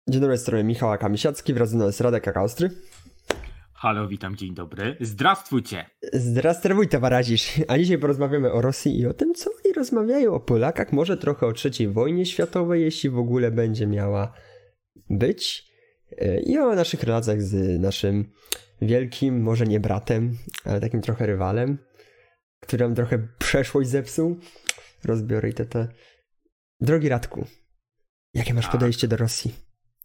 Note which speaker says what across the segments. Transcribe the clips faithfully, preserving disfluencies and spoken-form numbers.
Speaker 1: Dzień dobry, z strony Michał Kamisiacki, wraz ze mną jest Radek Akaostry.
Speaker 2: Halo, witam, dzień dobry. Zdrastwujcie!
Speaker 1: Zdrastwuj, towarzysz. A dzisiaj porozmawiamy o Rosji i o tym, co oni rozmawiają o Polakach, może trochę o trzeciej wojnie światowej, jeśli w ogóle będzie miała być, i o naszych relacjach z naszym wielkim, może nie bratem, ale takim trochę rywalem, który nam trochę przeszłość zepsuł. Rozbiorę i te, te. Drogi Radku, jakie masz
Speaker 2: Tak.
Speaker 1: podejście do Rosji?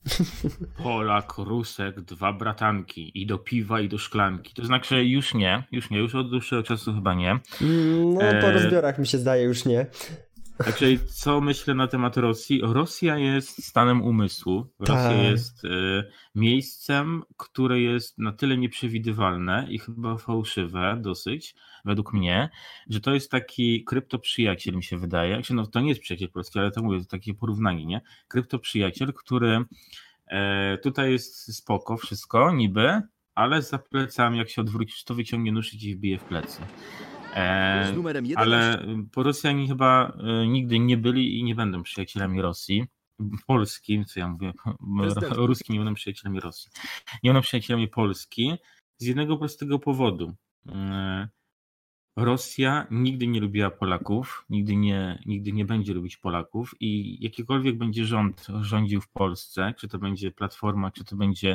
Speaker 2: Polak, Rusek, dwa bratanki. I do piwa, i do szklanki. To znaczy już nie, już nie, już od dłuższego czasu chyba nie.
Speaker 1: No po
Speaker 2: E...
Speaker 1: rozbiorach mi się zdaje już nie.
Speaker 2: Znaczy, co myślę na temat Rosji? Rosja jest stanem umysłu. Rosja
Speaker 1: Tak.
Speaker 2: jest e, miejscem, które jest na tyle nieprzewidywalne i chyba fałszywe dosyć, według mnie, że to jest taki kryptoprzyjaciel, mi się wydaje. Znaczy, no, to nie jest przyjaciel polski, ale to mówię, to takie porównanie, nie? Kryptoprzyjaciel, który e, tutaj jest spoko, wszystko, niby, ale za plecami, jak się odwrócisz, to wyciągnie nóż i ci wbije w plecy. E, ale po Rosjanie chyba e, nigdy nie byli i nie będą przyjacielami Rosji. Polski, co ja mówię, Ruskim nie będą przyjacielami Rosji. Nie będą przyjacielami Polski z jednego prostego powodu. E, Rosja nigdy nie lubiła Polaków, nigdy nie, nigdy nie będzie lubić Polaków i jakikolwiek będzie rząd rządził w Polsce, czy to będzie Platforma, czy to będzie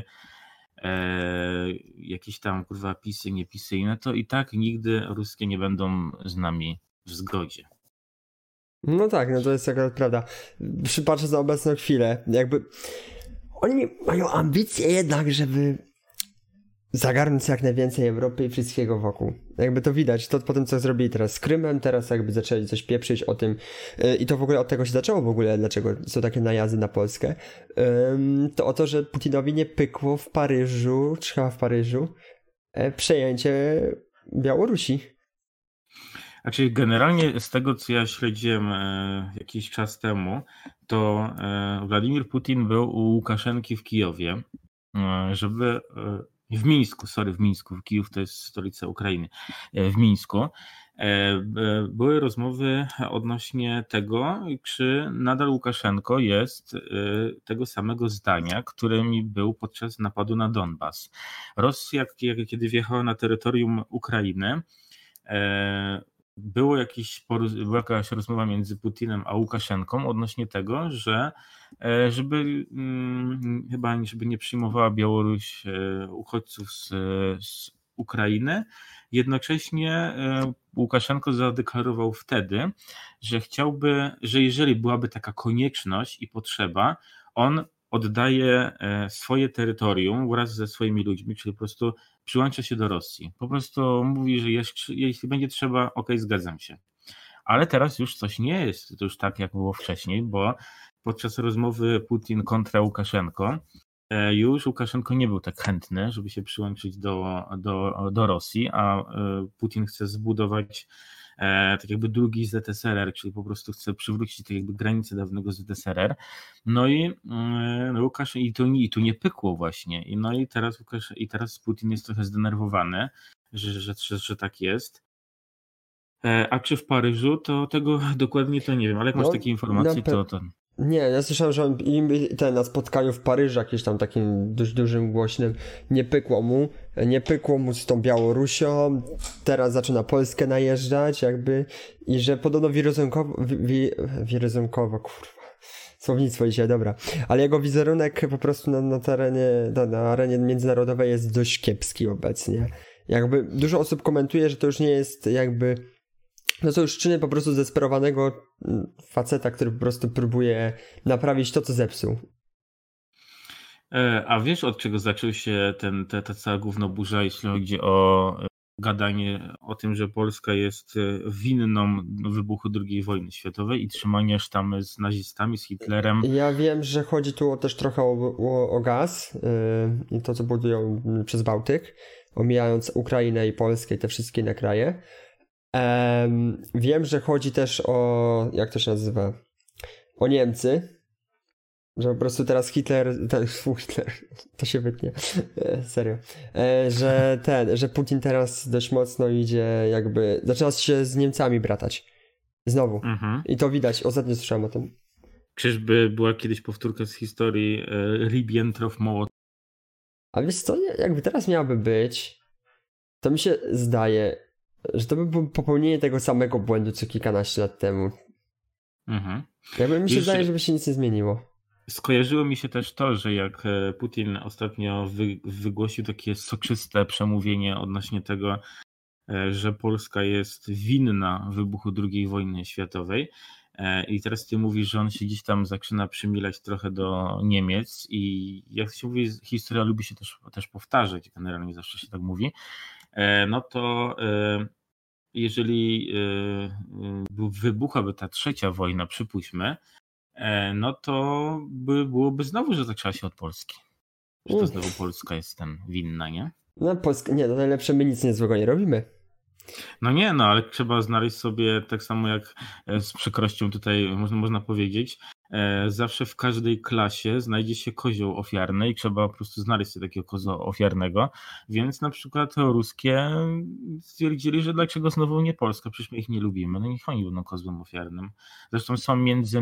Speaker 2: E, jakieś tam kurwa pisy, niepisyjne, to i tak nigdy ruskie nie będą z nami w zgodzie.
Speaker 1: No tak, no to jest akurat prawda. Przypatrzę za obecną chwilę, jakby oni mają ambicje jednak, żeby zagarnąć jak najwięcej Europy i wszystkiego wokół. Jakby to widać, to po tym co zrobili teraz z Krymem, teraz jakby zaczęli coś pieprzyć o tym yy, i to w ogóle od tego się zaczęło w ogóle, dlaczego są takie najazdy na Polskę, yy, to o to, że Putinowi nie pykło w Paryżu, czy chyba w Paryżu, yy, przejęcie Białorusi.
Speaker 2: Znaczy generalnie z tego co ja śledziłem e, jakiś czas temu, to e, Władimir Putin był u Łukaszenki w Kijowie, e, żeby e, w Mińsku, sorry, w Mińsku, Kijów to jest stolica Ukrainy, w Mińsku. Były rozmowy odnośnie tego, czy nadal Łukaszenko jest tego samego zdania, którymi był podczas napadu na Donbas. Rosja, kiedy wjechała na terytorium Ukrainy, było jakieś, była jakaś rozmowa między Putinem a Łukaszenką odnośnie tego, że żeby chyba żeby nie przyjmowała Białoruś uchodźców z, z Ukrainy, jednocześnie Łukaszenko zadeklarował wtedy, że chciałby, że jeżeli byłaby taka konieczność i potrzeba, on oddaje swoje terytorium wraz ze swoimi ludźmi, czyli po prostu przyłącza się do Rosji. Po prostu mówi, że jeśli, jeśli będzie trzeba, okej, zgadzam się. Ale teraz już coś nie jest to już tak, jak było wcześniej, bo podczas rozmowy Putin kontra Łukaszenko już Łukaszenko nie był tak chętny, żeby się przyłączyć do, do, do Rosji, a Putin chce zbudować tak jakby drugi Z S R R, czyli po prostu chce przywrócić tak jakby granicę dawnego Z S R R. No i no Łukasz i tu, i tu nie pykło właśnie. I no i teraz Łukasz, i teraz Putin jest trochę zdenerwowany, że, że, że, że tak jest. A czy w Paryżu, to tego dokładnie to nie wiem, ale jak masz no, takie informacje, pe- to, to...
Speaker 1: Nie, ja słyszałem, że on ten, na spotkaniu w Paryżu, jakimś tam takim dość dużym, głośnym, nie pykło mu, nie pykło mu z tą Białorusią, teraz zaczyna Polskę najeżdżać jakby i że podobno wirozunkowo, wi, wirozunkowo, kurwa, słownictwo dzisiaj, dobra, ale jego wizerunek po prostu na, na terenie, na, na arenie międzynarodowej jest dość kiepski obecnie. Jakby dużo osób komentuje, że to już nie jest jakby no to już czyny po prostu zdesperowanego faceta, który po prostu próbuje naprawić to, co zepsuł.
Speaker 2: A wiesz, od czego zaczął się ten, ta, ta cała gównoburza, jeśli chodzi o gadanie o tym, że Polska jest winną wybuchu drugiej wojny światowej i trzymania sztamy z nazistami, z Hitlerem?
Speaker 1: Ja wiem, że chodzi tu też trochę o, o, o gaz i yy, to, co budują przez Bałtyk, omijając Ukrainę i Polskę i te wszystkie inne kraje. Um, wiem, że chodzi też o, jak to się nazywa, o Niemcy, że po prostu teraz Hitler, ten, Hitler, to się wytnie, e, serio, e, że ten, że Putin teraz dość mocno idzie jakby, zaczyna się z Niemcami bratać, znowu, mhm. I to widać, ostatnio słyszałem o tym.
Speaker 2: Czyżby była kiedyś powtórka z historii e, Ribbentrop-Mołotow?
Speaker 1: A wiesz co, jakby teraz miałaby być, to mi się zdaje, że to by było popełnienie tego samego błędu co kilkanaście lat temu.
Speaker 2: Mhm.
Speaker 1: Jakby mi się
Speaker 2: Wiesz,
Speaker 1: zdaje, żeby się nic nie zmieniło.
Speaker 2: Skojarzyło mi się też to, że jak Putin ostatnio wy, wygłosił takie soczyste przemówienie odnośnie tego, że Polska jest winna wybuchu drugiej wojny światowej i teraz ty mówisz, że on się gdzieś tam zaczyna przymilać trochę do Niemiec i jak się mówi, historia lubi się też, też powtarzać, generalnie zawsze się tak mówi, no to jeżeli wybuchałaby ta trzecia wojna, przypuśćmy, no to by byłoby znowu, że zaczęła się od Polski. Że to znowu Polska jest ten winna, nie?
Speaker 1: No Polska, nie, to najlepsze, my nic nie złego nie robimy.
Speaker 2: No nie, no ale trzeba znaleźć sobie, tak samo jak z przykrością tutaj można, można powiedzieć, zawsze w każdej klasie znajdzie się kozioł ofiarny i trzeba po prostu znaleźć sobie takiego kozła ofiarnego, więc na przykład ruskie stwierdzili, że dlaczego znowu nie Polska, przecież my ich nie lubimy, no niech oni będą kozłem ofiarnym. Zresztą są między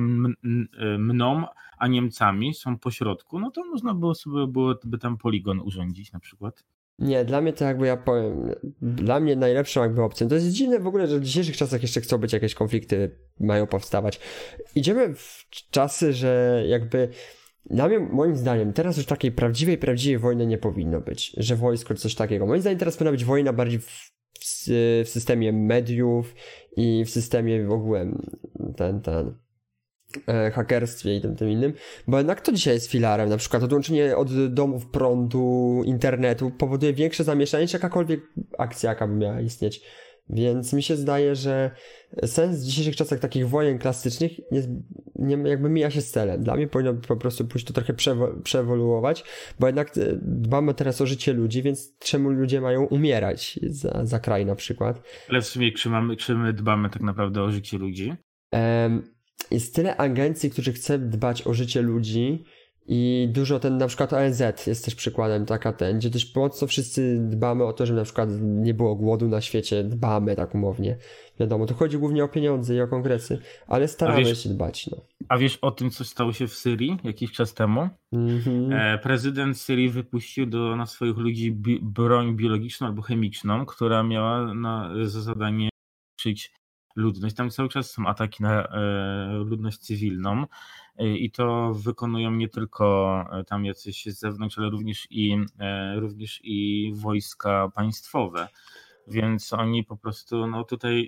Speaker 2: mną a Niemcami, są po środku, no to można było sobie byłoby tam poligon urządzić na przykład.
Speaker 1: Nie, dla mnie to jakby ja powiem, dla mnie najlepszą jakby opcją, to jest dziwne w ogóle, że w dzisiejszych czasach jeszcze chcą być jakieś konflikty, mają powstawać. Idziemy w czasy, że jakby dla mnie, moim zdaniem, teraz już takiej prawdziwej, prawdziwej wojny nie powinno być, że wojsko czy coś takiego. Moim zdaniem teraz powinna być wojna bardziej w, w, w systemie mediów i w systemie w ogóle ten, ten hakerstwie i tym, tym innym, bo jednak to dzisiaj jest filarem, na przykład odłączenie od domów prądu, internetu powoduje większe zamieszanie niż jakakolwiek akcja, jaka by miała istnieć. Więc mi się zdaje, że sens w dzisiejszych czasach takich wojen klasycznych jest, nie, jakby mija się z celem. Dla mnie powinno po prostu pójść to trochę przewo- przeewoluować, bo jednak dbamy teraz o życie ludzi, więc czemu ludzie mają umierać za, za kraj na przykład.
Speaker 2: Ale w sumie czy, mamy, czy my dbamy tak naprawdę o życie ludzi?
Speaker 1: Um, Jest tyle agencji, którzy chcą dbać o życie ludzi i dużo ten, na przykład O N Z jest też przykładem, taka ten, gdzie dość mocno wszyscy dbamy o to, żeby na przykład nie było głodu na świecie, dbamy tak umownie. Wiadomo, tu chodzi głównie o pieniądze i o kongresy, ale staramy wiesz, się dbać. No.
Speaker 2: A wiesz o tym, co stało się w Syrii jakiś czas temu? Mm-hmm. E, prezydent Syrii wypuścił do, na swoich ludzi bi- broń biologiczną albo chemiczną, która miała na, za zadanie szyć ludność. Tam cały czas są ataki na e, ludność cywilną e, i to wykonują nie tylko tam jacyś z zewnątrz, ale również i, e, również i wojska państwowe. Więc oni po prostu no tutaj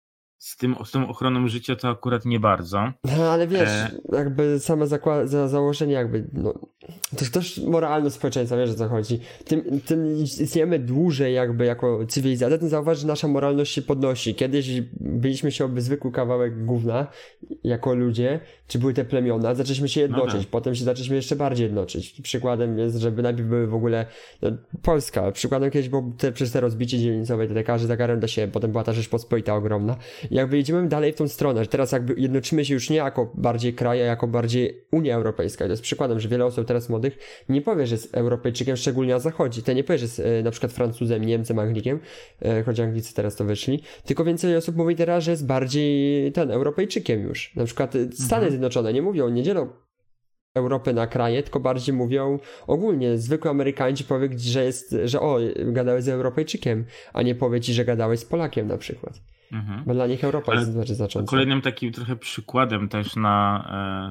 Speaker 2: z, tym, z tą ochroną życia to akurat nie bardzo.
Speaker 1: No ale wiesz, e... jakby same zakła- za założenie jakby, no, to jest też moralność społeczeństwa, wiesz o co chodzi. Tym, tym istniejemy dłużej jakby jako cywilizacja, tym zauważ, że nasza moralność się podnosi. Kiedyś byliśmy się oby zwykły kawałek gówna jako ludzie, czy były te plemiona, zaczęliśmy się jednoczyć, no tak. Potem się zaczęliśmy jeszcze bardziej jednoczyć. Przykładem jest, żeby najpierw były w ogóle no, Polska. Przykładem kiedyś było te, przez te rozbicie dzielnicowe, te każdy za karę do siebie, potem była ta Rzeczpospolita ogromna. I jakby idziemy dalej w tą stronę, że teraz jakby jednoczymy się już nie jako bardziej kraj, a jako bardziej Unia Europejska. I to jest przykładem, że wiele osób teraz młodych nie powie, że jest Europejczykiem, szczególnie na zachodzie. To nie powie, że jest e, na przykład Francuzem, Niemcem, Anglikiem, e, choć Anglicy teraz to wyszli, tylko więcej osób mówi teraz, że jest bardziej ten Europejczykiem już. Na przykład Stany mhm. Zjednoczone nie mówią, nie dzielą Europy na kraje, tylko bardziej mówią ogólnie. Zwykły Amerykanin ci powie, że jest, że o, gadałeś z Europejczykiem, a nie powie ci, że gadałeś z Polakiem na przykład. Mhm. Bo dla nich Europa Ale jest znaczy znacząca.
Speaker 2: Kolejnym takim trochę przykładem też na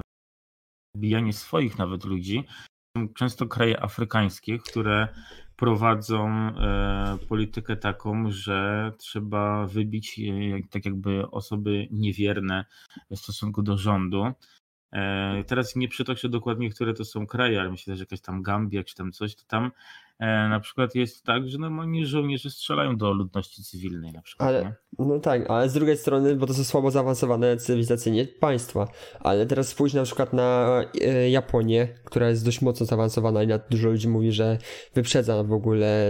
Speaker 2: e, bijanie swoich nawet ludzi są często kraje afrykańskie, które prowadzą e, politykę taką, że trzeba wybić e, tak jakby osoby niewierne w stosunku do rządu. E, teraz nie przytoczę dokładnie, które to są kraje, ale myślę, że jakaś tam Gambia czy tam coś, to tam e, na przykład jest tak, że normalnie żołnierze strzelają do ludności cywilnej na przykład.
Speaker 1: Ale,
Speaker 2: nie?
Speaker 1: no tak, ale z drugiej strony, bo to są słabo zaawansowane cywilizacyjnie państwa, ale teraz spójrz na przykład na e, Japonię, która jest dość mocno zaawansowana i dużo ludzi mówi, że wyprzedza w ogóle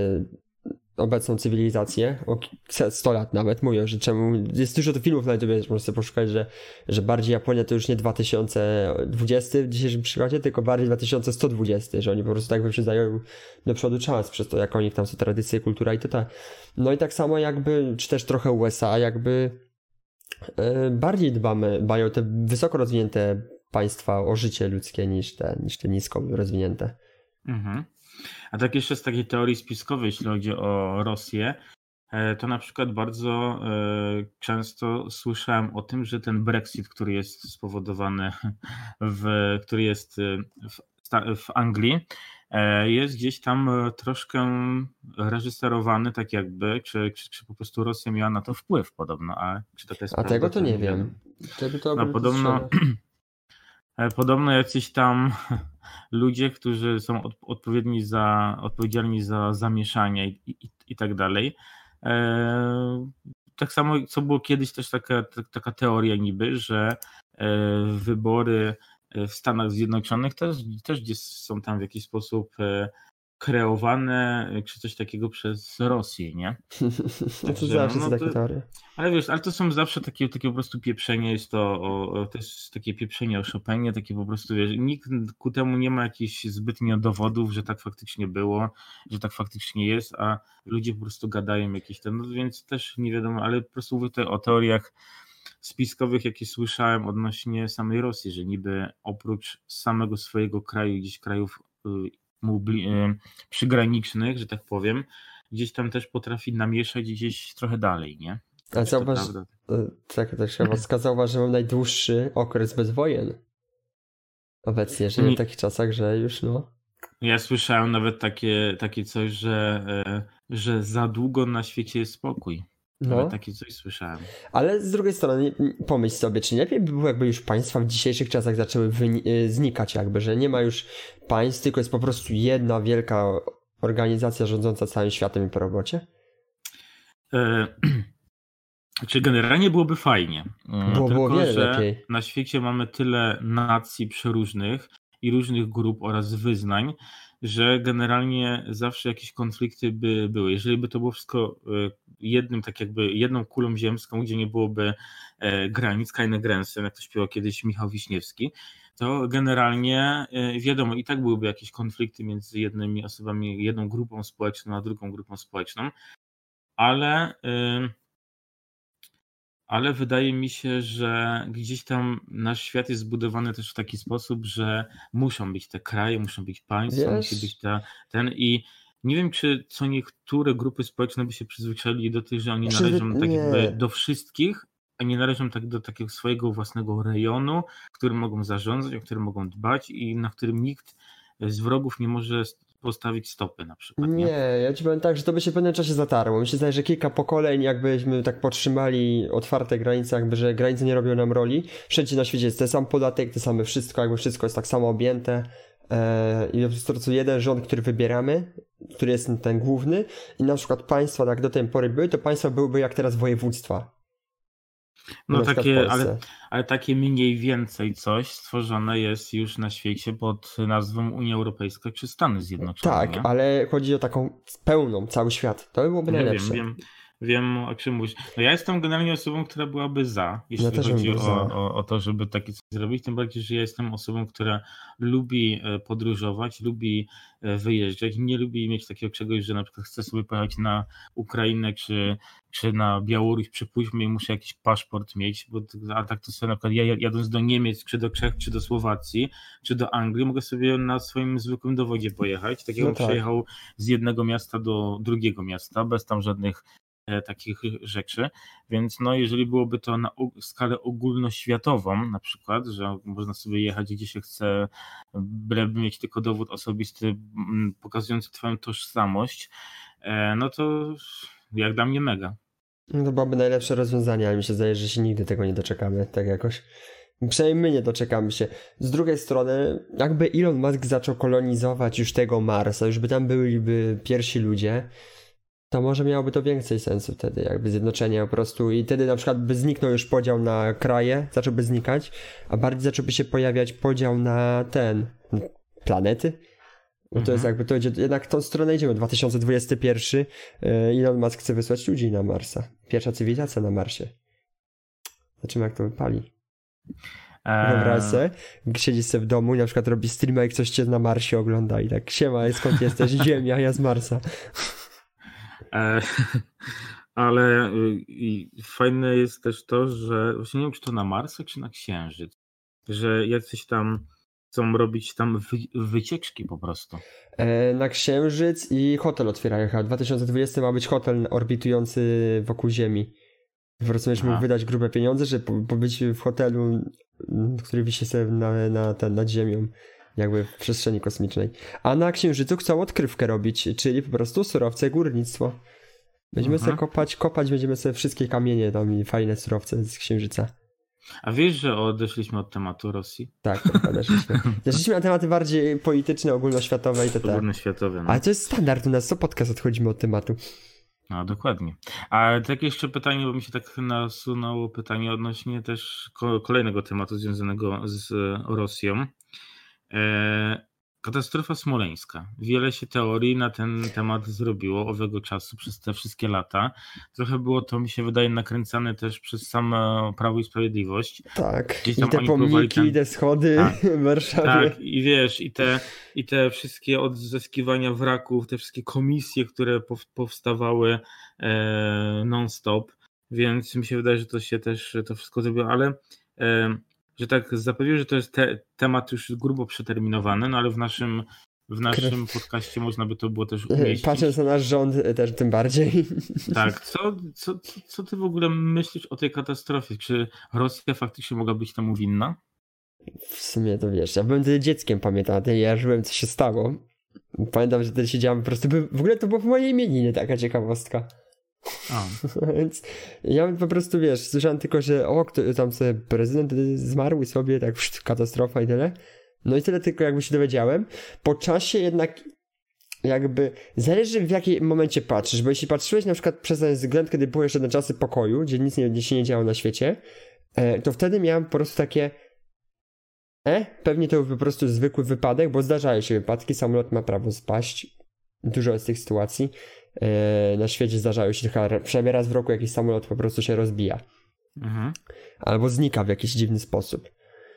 Speaker 1: obecną cywilizację, o sto lat nawet, mówią, że czemu, jest dużo filmów na YouTube, można sobie poszukać, że, że bardziej Japonia to już nie dwa tysiące dwudziesty w dzisiejszym przykładzie, tylko bardziej dwa tysiące sto dwudziesty, że oni po prostu tak wyprzedzają do przodu czas, przez to jak oni tam są tradycje, kultura i to tak. No i tak samo jakby, czy też trochę U S A, jakby yy, bardziej dbamy, mają te wysoko rozwinięte państwa o życie ludzkie niż te, niż te nisko rozwinięte.
Speaker 2: Mhm. A tak jeszcze z takiej teorii spiskowej, jeśli chodzi o Rosję, to na przykład bardzo często słyszałem o tym, że ten Brexit, który jest spowodowany, w, który jest w, w Anglii, jest gdzieś tam troszkę reżyserowany, tak jakby, czy, czy, czy po prostu Rosja miała na to wpływ podobno, a czy taka jest
Speaker 1: A
Speaker 2: prawda,
Speaker 1: tego to nie
Speaker 2: nie
Speaker 1: wiem.
Speaker 2: wiem.
Speaker 1: To
Speaker 2: No, podobno, podobno jacyś tam ludzie, którzy są od, odpowiedni za, odpowiedzialni za zamieszanie i, i, i tak dalej. E, tak samo, co było kiedyś też taka, taka teoria niby, że e, wybory w Stanach Zjednoczonych też, też gdzieś są tam w jakiś sposób e, kreowane, czy coś takiego przez Rosję, nie?
Speaker 1: No to zawsze są takie teorie.
Speaker 2: Ale wiesz, ale to są zawsze takie, takie po prostu pieprzenie, jest to, o, to jest takie pieprzenie o Chopinie, takie po prostu, wiesz, nikt ku temu nie ma jakichś zbytnio dowodów, że tak faktycznie było, że tak faktycznie jest, a ludzie po prostu gadają jakieś tam, no więc też nie wiadomo, ale po prostu mówię tutaj o teoriach spiskowych, jakie słyszałem odnośnie samej Rosji, że niby oprócz samego swojego kraju, gdzieś krajów y, przygranicznych, że tak powiem, gdzieś tam też potrafi namieszać gdzieś trochę dalej, nie?
Speaker 1: A zauważ, tak, tak chyba wskazała, że mam najdłuższy okres bez wojen. Obecnie, że nie w takich czasach, że już no.
Speaker 2: Ja słyszałem nawet takie, takie coś, że, że za długo na świecie jest spokój. No. Nawet takie coś słyszałem.
Speaker 1: Ale z drugiej strony pomyśl sobie, czy lepiej by było, jakby już państwa w dzisiejszych czasach zaczęły wyni- znikać jakby, że nie ma już państw, tylko jest po prostu jedna wielka organizacja rządząca całym światem i po robocie?
Speaker 2: E- Czy generalnie byłoby fajnie,
Speaker 1: było,
Speaker 2: tylko
Speaker 1: było wiele
Speaker 2: że
Speaker 1: lepiej.
Speaker 2: Na świecie mamy tyle nacji przeróżnych i różnych grup oraz wyznań, że generalnie zawsze jakieś konflikty by były. Jeżeli by to było wszystko jednym, tak jakby jedną kulą ziemską, gdzie nie byłoby granic, keine Grenzen, jak to śpiewał kiedyś Michał Wiśniewski, to generalnie wiadomo, i tak byłyby jakieś konflikty między jednymi osobami, jedną grupą społeczną a drugą grupą społeczną, ale ale wydaje mi się, że gdzieś tam nasz świat jest zbudowany też w taki sposób, że muszą być te kraje, muszą być państwa,
Speaker 1: Wiesz?
Speaker 2: musi być ta, ten i nie wiem, czy co niektóre grupy społeczne by się przyzwyczaili do tych, że oni
Speaker 1: Przyzwy...
Speaker 2: należą tak
Speaker 1: nie.
Speaker 2: jakby do wszystkich, a nie należą tak do takiego swojego własnego rejonu, którym mogą zarządzać, o którym mogą dbać i na którym nikt z wrogów nie może postawić stopy na przykład. Nie,
Speaker 1: nie ja ci powiem tak, że to by się w pewnym czasie zatarło. Mi się zdaje, że kilka pokoleń jakbyśmy tak podtrzymali otwarte granice, jakby, że granice nie robią nam roli. Wszędzie na świecie jest ten sam podatek, to same wszystko, jakby wszystko jest tak samo objęte. I po prostu jeden rząd, który wybieramy, który jest ten główny i na przykład państwa, tak do tej pory były, to państwa byłyby jak teraz województwa.
Speaker 2: No takie, ale, ale takie mniej więcej coś stworzone jest już na świecie pod nazwą Unia Europejska czy Stany Zjednoczone.
Speaker 1: Tak,
Speaker 2: nie?
Speaker 1: ale chodzi o taką pełną, cały świat. To byłoby
Speaker 2: ja
Speaker 1: najlepsze.
Speaker 2: Wiem, wiem, wiem o czym mówisz. No ja jestem generalnie osobą, która byłaby za, jeśli
Speaker 1: ja
Speaker 2: chodzi o,
Speaker 1: za.
Speaker 2: o, o to, żeby takie coś zrobić. Tym bardziej, że ja jestem osobą, która lubi podróżować, lubi wyjeżdżać, nie lubi mieć takiego czegoś, że na przykład chcę sobie pojechać na Ukrainę czy, czy na Białoruś, przypuśćmy i muszę jakiś paszport mieć, bo a tak to sobie na przykład ja jadąc do Niemiec, czy do Czech, czy do Słowacji, czy do Anglii, mogę sobie na swoim zwykłym dowodzie pojechać, tak jakbym no tak. przejechał z jednego miasta do drugiego miasta, bez tam żadnych takich rzeczy, więc no jeżeli byłoby to na skalę ogólnoświatową na przykład, że można sobie jechać gdzie się chce, byleby mieć tylko dowód osobisty pokazujący twoją tożsamość, no to jak dla mnie mega.
Speaker 1: No to byłoby najlepsze rozwiązanie, ale mi się zdaje, że się nigdy tego nie doczekamy, tak jakoś. Przynajmniej my nie doczekamy się. Z drugiej strony, jakby Elon Musk zaczął kolonizować już tego Marsa, już by tam byliby pierwsi ludzie, to może miałoby to więcej sensu wtedy, jakby zjednoczenie po prostu i wtedy na przykład by zniknął już podział na kraje, zacząłby znikać, a bardziej zacząłby się pojawiać podział na ten, planety. Bo to jest jakby, to idzie, jednak w tą stronę idziemy. dwa tysiące dwudziesty pierwszy Elon Musk chce wysłać ludzi na Marsa. Pierwsza cywilizacja na Marsie. Zobaczymy jak to wypali. Wyobraź sobie, siedzisz sobie w domu i na przykład robi streama jak coś cię na Marsie ogląda i tak siema, skąd jesteś? Ziemia, ja z Marsa.
Speaker 2: Ale i fajne jest też to, że właśnie nie wiem, czy to na Marsa, czy na Księżyc. że jacyś tam chcą robić tam wy, wycieczki po prostu.
Speaker 1: E, na Księżyc i hotel otwierają chyba. W dwa tysiące dwudziestym ma być hotel orbitujący wokół Ziemi. Po prostu będziesz mógł wydać grube pieniądze, żeby pobyć w hotelu, który wisi sobie na, na, ten, nad Ziemią, jakby w przestrzeni kosmicznej. A na Księżycu chcą odkrywkę robić, czyli po prostu surowce, górnictwo. Będziemy mhm. sobie kopać, kopać, będziemy sobie wszystkie kamienie tam i fajne surowce z Księżyca.
Speaker 2: A wiesz, że odeszliśmy od tematu Rosji?
Speaker 1: Tak, tak odeszliśmy. Zeszliśmy na tematy bardziej polityczne, ogólnoświatowe i to tak.
Speaker 2: Ogólnoświatowe, no.
Speaker 1: Ale to jest standard u nas, co podcast odchodzimy od tematu.
Speaker 2: No, dokładnie. A tak jeszcze pytanie, bo mi się tak nasunęło pytanie odnośnie też kolejnego tematu związanego z Rosją. E, katastrofa smoleńska. Wiele się teorii na ten temat zrobiło owego czasu przez te wszystkie lata. Trochę było to, mi się wydaje, nakręcane też przez samo Prawo i Sprawiedliwość.
Speaker 1: Tak, i te pomniki, ten... i te schody tak, w Warszawie.
Speaker 2: Tak, i wiesz, i te, i te wszystkie odzyskiwania wraków, te wszystkie komisje, które powstawały e, non-stop, więc mi się wydaje, że to się też, to wszystko zrobiło, ale e, że tak zapewnię, że to jest te, temat już grubo przeterminowany, no ale w naszym w naszym podcaście można by to było też umieścić.
Speaker 1: Patrząc na nasz rząd też tym bardziej.
Speaker 2: Tak, co, co, co, co ty w ogóle myślisz o tej katastrofie? Czy Rosja faktycznie mogła być temu winna?
Speaker 1: W sumie to wiesz, ja byłem wtedy dzieckiem, pamiętam, ja żyłem, co się stało. Pamiętam, że wtedy siedziałem po prostu, w ogóle to było w mojej imieniny, taka ciekawostka. A. Więc ja po prostu, wiesz, słyszałem tylko, że o, kto, tam sobie prezydent zmarł i sobie tak psz, katastrofa i tyle. No i tyle tylko jakby się dowiedziałem. Po czasie jednak jakby zależy w jakim momencie patrzysz, bo jeśli patrzyłeś na przykład przez ten wzgląd, kiedy były jeszcze na czasy pokoju, gdzie nic nie, się nie działo na świecie, to wtedy miałem po prostu takie e, pewnie to był po prostu zwykły wypadek, bo zdarzają się wypadki, samolot ma prawo spaść. Dużo jest tych sytuacji. Na świecie zdarzają się chyba przynajmniej raz w roku jakiś samolot po prostu się rozbija. Mhm. Albo znika w jakiś dziwny sposób.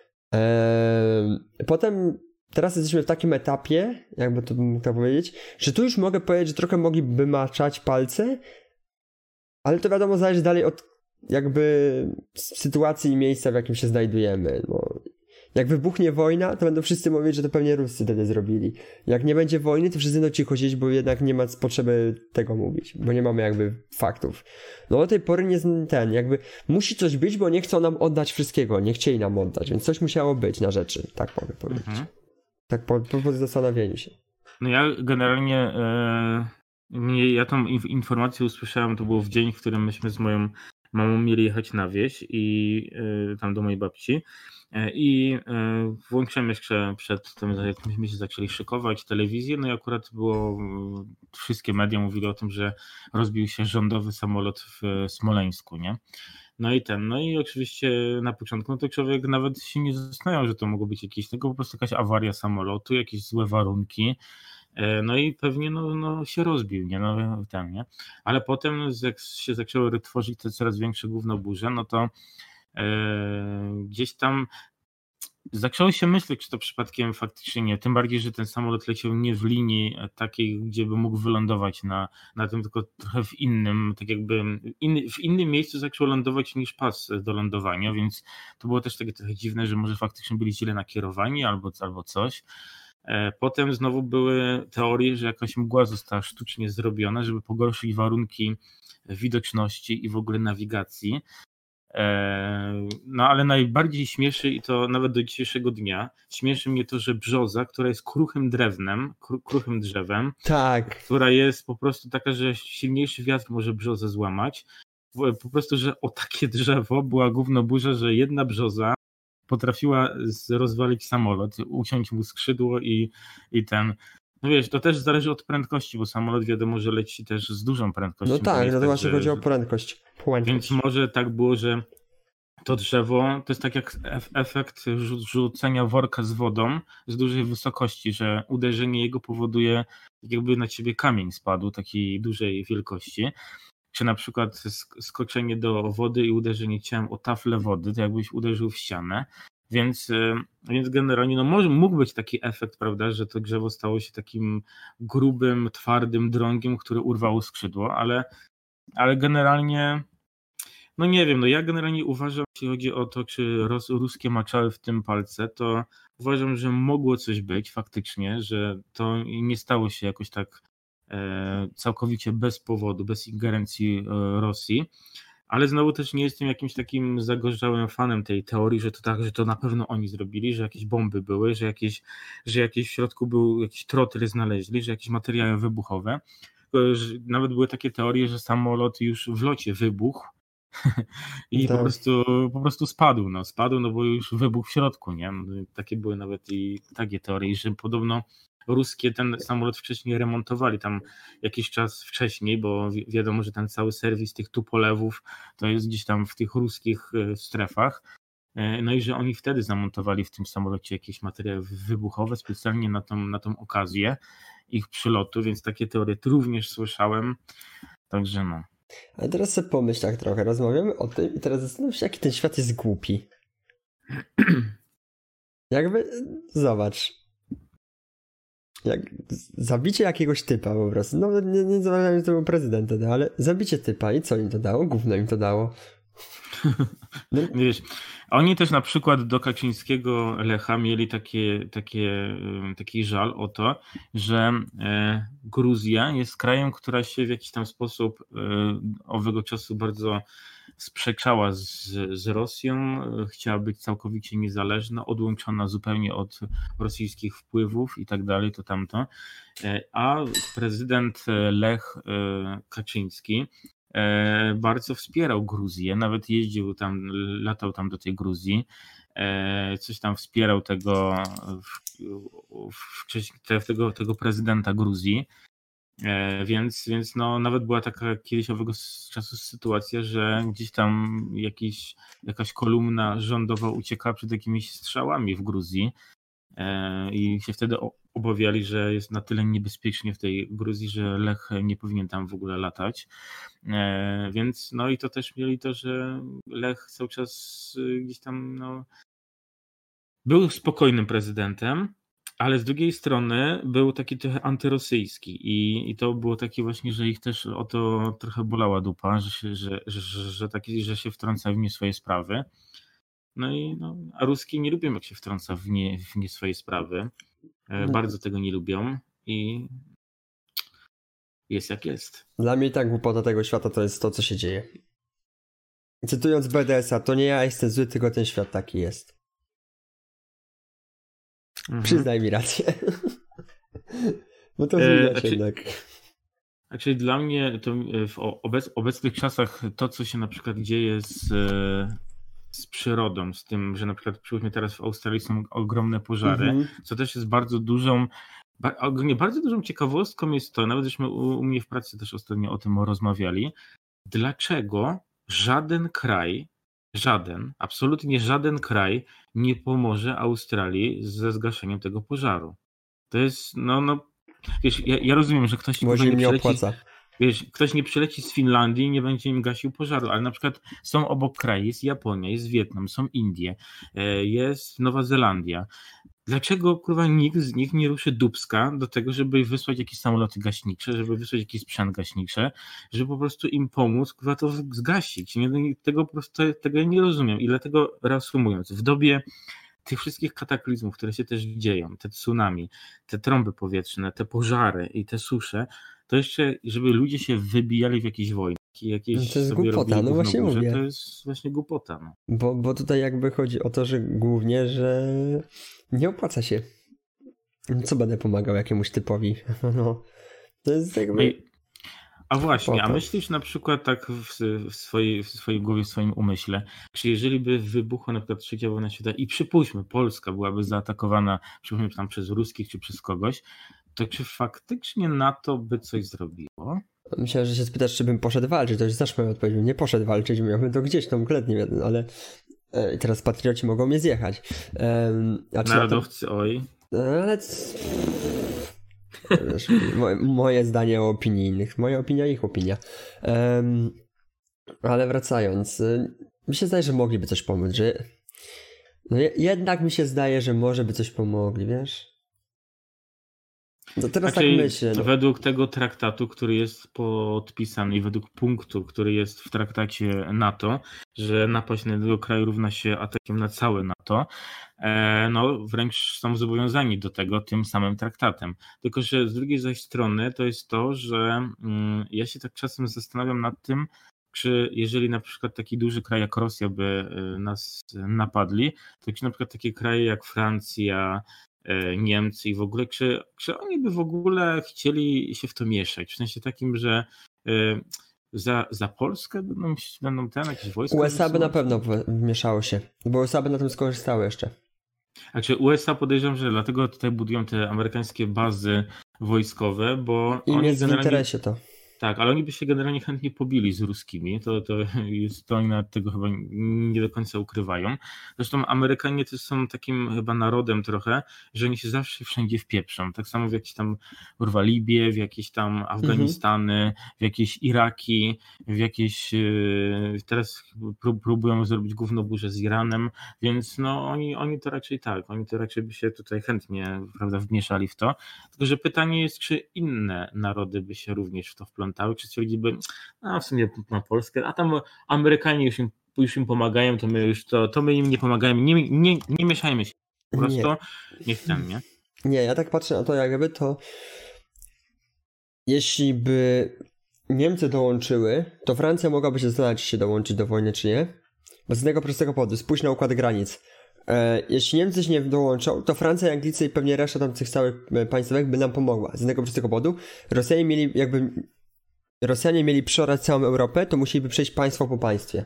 Speaker 1: Potem teraz jesteśmy w takim etapie, jakby to mógł to powiedzieć, że tu już mogę powiedzieć, że trochę mogliby maczać palce, ale to wiadomo zależy dalej od jakby sytuacji i miejsca, w jakim się znajdujemy. No. Jak wybuchnie wojna, to będą wszyscy mówić, że to pewnie Ruscy wtedy zrobili. Jak nie będzie wojny, to wszyscy będą cicho siedzieć, bo jednak nie ma potrzeby tego mówić, bo nie mamy jakby faktów. No do tej pory nie ten, jakby musi coś być, bo nie chcą nam oddać wszystkiego, nie chcieli nam oddać, więc coś musiało być na rzeczy, tak mogę powiedzieć. Mhm. Tak po, po, po zastanowieniu się.
Speaker 2: No ja generalnie e, ja tą informację usłyszałem, to było w dzień, w którym myśmy z moją mamą mieli jechać na wieś i e, tam do mojej babci. I włączyłem jeszcze przed tym, jak myśmy się zaczęli szykować, telewizję, no i akurat było, wszystkie media mówiły o tym, że rozbił się rządowy samolot w Smoleńsku, nie? No i ten, no i oczywiście na początku, no to człowiek nawet się nie zastanawiał, że to mogło być jakieś, tylko po prostu jakaś awaria samolotu, jakieś złe warunki, no i pewnie no, no się rozbił, nie? No ten, nie? Ale potem jak się zaczęły tworzyć te coraz większe gównoburze, no to gdzieś tam zaczęło się myśleć, czy to przypadkiem faktycznie nie, tym bardziej, że ten samolot leciał nie w linii takiej, gdzie by mógł wylądować na, na tym, tylko trochę w innym, tak jakby in, w innym miejscu zaczął lądować niż pas do lądowania, więc to było też takie trochę dziwne, że może faktycznie byli źle nakierowani albo, albo coś. Potem znowu były teorie, że jakaś mgła została sztucznie zrobiona, żeby pogorszyć warunki widoczności i w ogóle nawigacji. No ale najbardziej śmieszy, i to nawet do dzisiejszego dnia, śmieszy mnie to, że brzoza, która jest kruchym drewnem, kru, kruchym drzewem,
Speaker 1: tak.
Speaker 2: która jest po prostu taka, że silniejszy wiatr może brzozę złamać, po prostu, że o takie drzewo była gównoburza, że jedna brzoza potrafiła rozwalić samolot, uciąć mu skrzydło i, i ten... No wiesz, to też zależy od prędkości, bo samolot wiadomo, że leci też z dużą prędkością.
Speaker 1: No tak, no to właśnie chodzi o prędkość. Płędkość.
Speaker 2: Więc może tak było, że to drzewo to jest tak jak efekt rzucenia worka z wodą z dużej wysokości, że uderzenie jego powoduje, jakby na ciebie kamień spadł takiej dużej wielkości. Czy na przykład skoczenie do wody i uderzenie ciałem o taflę wody, to jakbyś uderzył w ścianę. Więc, więc generalnie no może, mógł być taki efekt, prawda, że to drzewo stało się takim grubym, twardym drągiem, który urwało skrzydło, ale, ale generalnie, no nie wiem, no ja generalnie uważam, jeśli chodzi o to, czy ros, ruskie maczały w tym palce, to uważam, że mogło coś być faktycznie, że to nie stało się jakoś tak e, całkowicie bez powodu, bez ingerencji e, Rosji. Ale znowu też nie jestem jakimś takim zagorzałym fanem tej teorii, że to tak, że to na pewno oni zrobili, że jakieś bomby były, że jakieś, że jakieś w środku był jakiś trotry znaleźli, że jakieś materiały wybuchowe. Nawet były takie teorie, że samolot już w locie wybuchł i tak. po, prostu, po prostu spadł. No, spadł, no bo już wybuchł w środku. Nie? Takie były nawet i takie teorie, że podobno ruskie ten samolot wcześniej remontowali tam jakiś czas wcześniej, bo wi- wiadomo, że ten cały serwis tych tupolewów to jest gdzieś tam w tych ruskich strefach. No i że oni wtedy zamontowali w tym samolocie jakieś materiały wybuchowe specjalnie na tą, na tą okazję ich przylotu, więc takie teorie również słyszałem. Także no.
Speaker 1: Ale teraz sobie pomyśl tak trochę, rozmawiamy o tym i teraz zastanów się, jaki ten świat jest głupi. Jakby, zobacz. Jak zabicie jakiegoś typa po prostu, no nie, nie zamawiam, że to był prezydent wtedy, ale zabicie typa i co im to dało? Gówno im to dało.
Speaker 2: No. Wiesz, oni też na przykład do Kaczyńskiego Lecha mieli takie, takie, taki żal o to, że Gruzja jest krajem, która się w jakiś tam sposób owego czasu bardzo sprzeczała z, z Rosją, chciała być całkowicie niezależna, odłączona zupełnie od rosyjskich wpływów i tak dalej, to tamto. A prezydent Lech Kaczyński bardzo wspierał Gruzję, nawet jeździł tam, latał tam do tej Gruzji, coś tam wspierał tego, w, tego, tego prezydenta Gruzji, więc, więc no, nawet była taka kiedyś owego czasu sytuacja, że gdzieś tam jakiś, jakaś kolumna rządowa uciekała przed jakimiś strzałami w Gruzji i się wtedy obawiali, że jest na tyle niebezpiecznie w tej Gruzji, że Lech nie powinien tam w ogóle latać. Więc no i to też mieli to, że Lech cały czas gdzieś tam no, był spokojnym prezydentem, ale z drugiej strony był taki trochę antyrosyjski i, i to było takie właśnie, że ich też o to trochę bolała dupa, że się, że, że, że, taki, że się wtrąca w nie swoje sprawy. No i no, a Ruskie nie lubią, jak się wtrąca w nie, w nie swoje sprawy. No. Bardzo tego nie lubią i jest jak jest.
Speaker 1: Dla mnie tak głupota tego świata to jest to, co się dzieje. Cytując B D S-a, to nie ja jestem zły, tylko ten świat taki jest. Mhm. Przyznaj mi rację. Bo to widać e, znaczy, jednak.
Speaker 2: Znaczy dla mnie to w obec, obecnych czasach to, co się na przykład dzieje z, z przyrodą, z tym, że na przykład przyłóżmy teraz w Australii są ogromne pożary, mhm. co też jest bardzo dużą ogólnie bardzo dużą ciekawostką jest to, nawet żeśmy u, u mnie w pracy też ostatnio o tym rozmawiali, dlaczego żaden kraj, żaden, absolutnie żaden kraj nie pomoże Australii ze zgaszeniem tego pożaru. To jest, no, no wiesz, ja, ja rozumiem, że ktoś
Speaker 1: Może
Speaker 2: nie
Speaker 1: im nie
Speaker 2: przyleci,
Speaker 1: opłaca.
Speaker 2: Wiesz, ktoś nie przyleci z Finlandii i nie będzie im gasił pożaru, ale na przykład są obok kraje, jest Japonia, jest Wietnam, są Indie, jest Nowa Zelandia. Dlaczego, kurwa, nikt z nich nie ruszy dupska do tego, żeby wysłać jakieś samoloty gaśnicze, żeby wysłać jakiś sprzęt gaśniczy, żeby po prostu im pomóc, kurwa, to zgasić. Nie, tego po prostu, tego ja nie rozumiem. I dlatego, reasumując, w dobie tych wszystkich kataklizmów, które się też dzieją, te tsunami, te trąby powietrzne, te pożary i te susze, to jeszcze, żeby ludzie się wybijali w jakieś wojny, jakieś
Speaker 1: no to jest sobie głupota, no właśnie
Speaker 2: górze,
Speaker 1: mówię.
Speaker 2: To jest właśnie głupota. No.
Speaker 1: Bo, bo tutaj jakby chodzi o to, że głównie, że nie opłaca się. Co będę pomagał jakiemuś typowi? No, to jest jakby...
Speaker 2: A właśnie, a myślisz na przykład tak w, w, swojej, w swojej głowie, w swoim umyśle, czy jeżeli by wybuchła na przykład trzecia wojna świata i przypuśćmy, Polska byłaby zaatakowana przypuśćmy tam przez ruskich czy przez kogoś, to czy faktycznie NATO by coś zrobiło?
Speaker 1: Myślałem, że się spytasz, czy bym poszedł walczyć, to już zawsze moją odpowiedzią, nie poszedł walczyć, miałbym to gdzieś tam konkretnie, ale e, teraz patrioci mogą mnie zjechać. E,
Speaker 2: a czy Narodowcy, to... oj.
Speaker 1: Ale... Moje, moje zdanie o opinii innych. Moja opinia, ich opinia. Um, ale wracając, mi się zdaje, że mogliby coś pomóc, że no jednak mi się zdaje, że może by coś pomogli, wiesz? No teraz
Speaker 2: Znaczy,
Speaker 1: tak myślę. No.
Speaker 2: według tego traktatu, który jest podpisany i według punktu, który jest w traktacie NATO, że napaść na jednego kraju równa się atakiem na całe NATO, no wręcz są zobowiązani do tego tym samym traktatem. Tylko że z drugiej zaś strony to jest to, że ja się tak czasem zastanawiam nad tym, czy jeżeli na przykład taki duży kraj jak Rosja by nas napadli, to czy na przykład takie kraje jak Francja, Niemcy i w ogóle, czy, czy oni by w ogóle chcieli się w to mieszać? W sensie takim, że za, za Polskę będą, będą ten jakieś wojska?
Speaker 1: U S A by na pewno wmieszało się, bo U S A by na tym skorzystały jeszcze.
Speaker 2: Znaczy U S A podejrzewam, że dlatego tutaj budują te amerykańskie bazy wojskowe, bo
Speaker 1: im
Speaker 2: oni
Speaker 1: jest
Speaker 2: generalnie...
Speaker 1: w interesie to.
Speaker 2: Tak, ale oni by się generalnie chętnie pobili z ruskimi, to, to, jest, to oni nawet tego chyba nie do końca ukrywają. Zresztą Amerykanie też są takim chyba narodem trochę, że oni się zawsze wszędzie wpieprzą. Tak samo w jakieś tam urwa Libię, w jakieś tam Afganistany, mhm. w jakieś Iraki, w jakieś teraz próbują zrobić gównoburzę z Iranem, więc no oni, oni to raczej tak, oni to raczej by się tutaj chętnie, prawda, wmieszali w to. Tylko że pytanie jest, czy inne narody by się również w to wplątały, czy stwierdziliby, no w sumie na Polskę, a tam Amerykanie już im, już im pomagają, to my już to, to my im nie pomagajmy, nie, nie, nie mieszajmy się, po prostu nie. niech ten, nie?
Speaker 1: Nie, ja tak patrzę na to, jakby to jeśli by Niemcy dołączyły, to Francja mogłaby się zastanawiać, czy się dołączyć do wojny, czy nie, bo z tego prostego powodu, spójrz na układ granic. E, jeśli Niemcy się nie dołączą, to Francja, Anglicy i pewnie reszta tam tych całych państwek by nam pomogła. Z tego prostego powodu Rosjanie mieli jakby Rosjanie mieli przeorać całą Europę, to musieliby przejść państwo po państwie.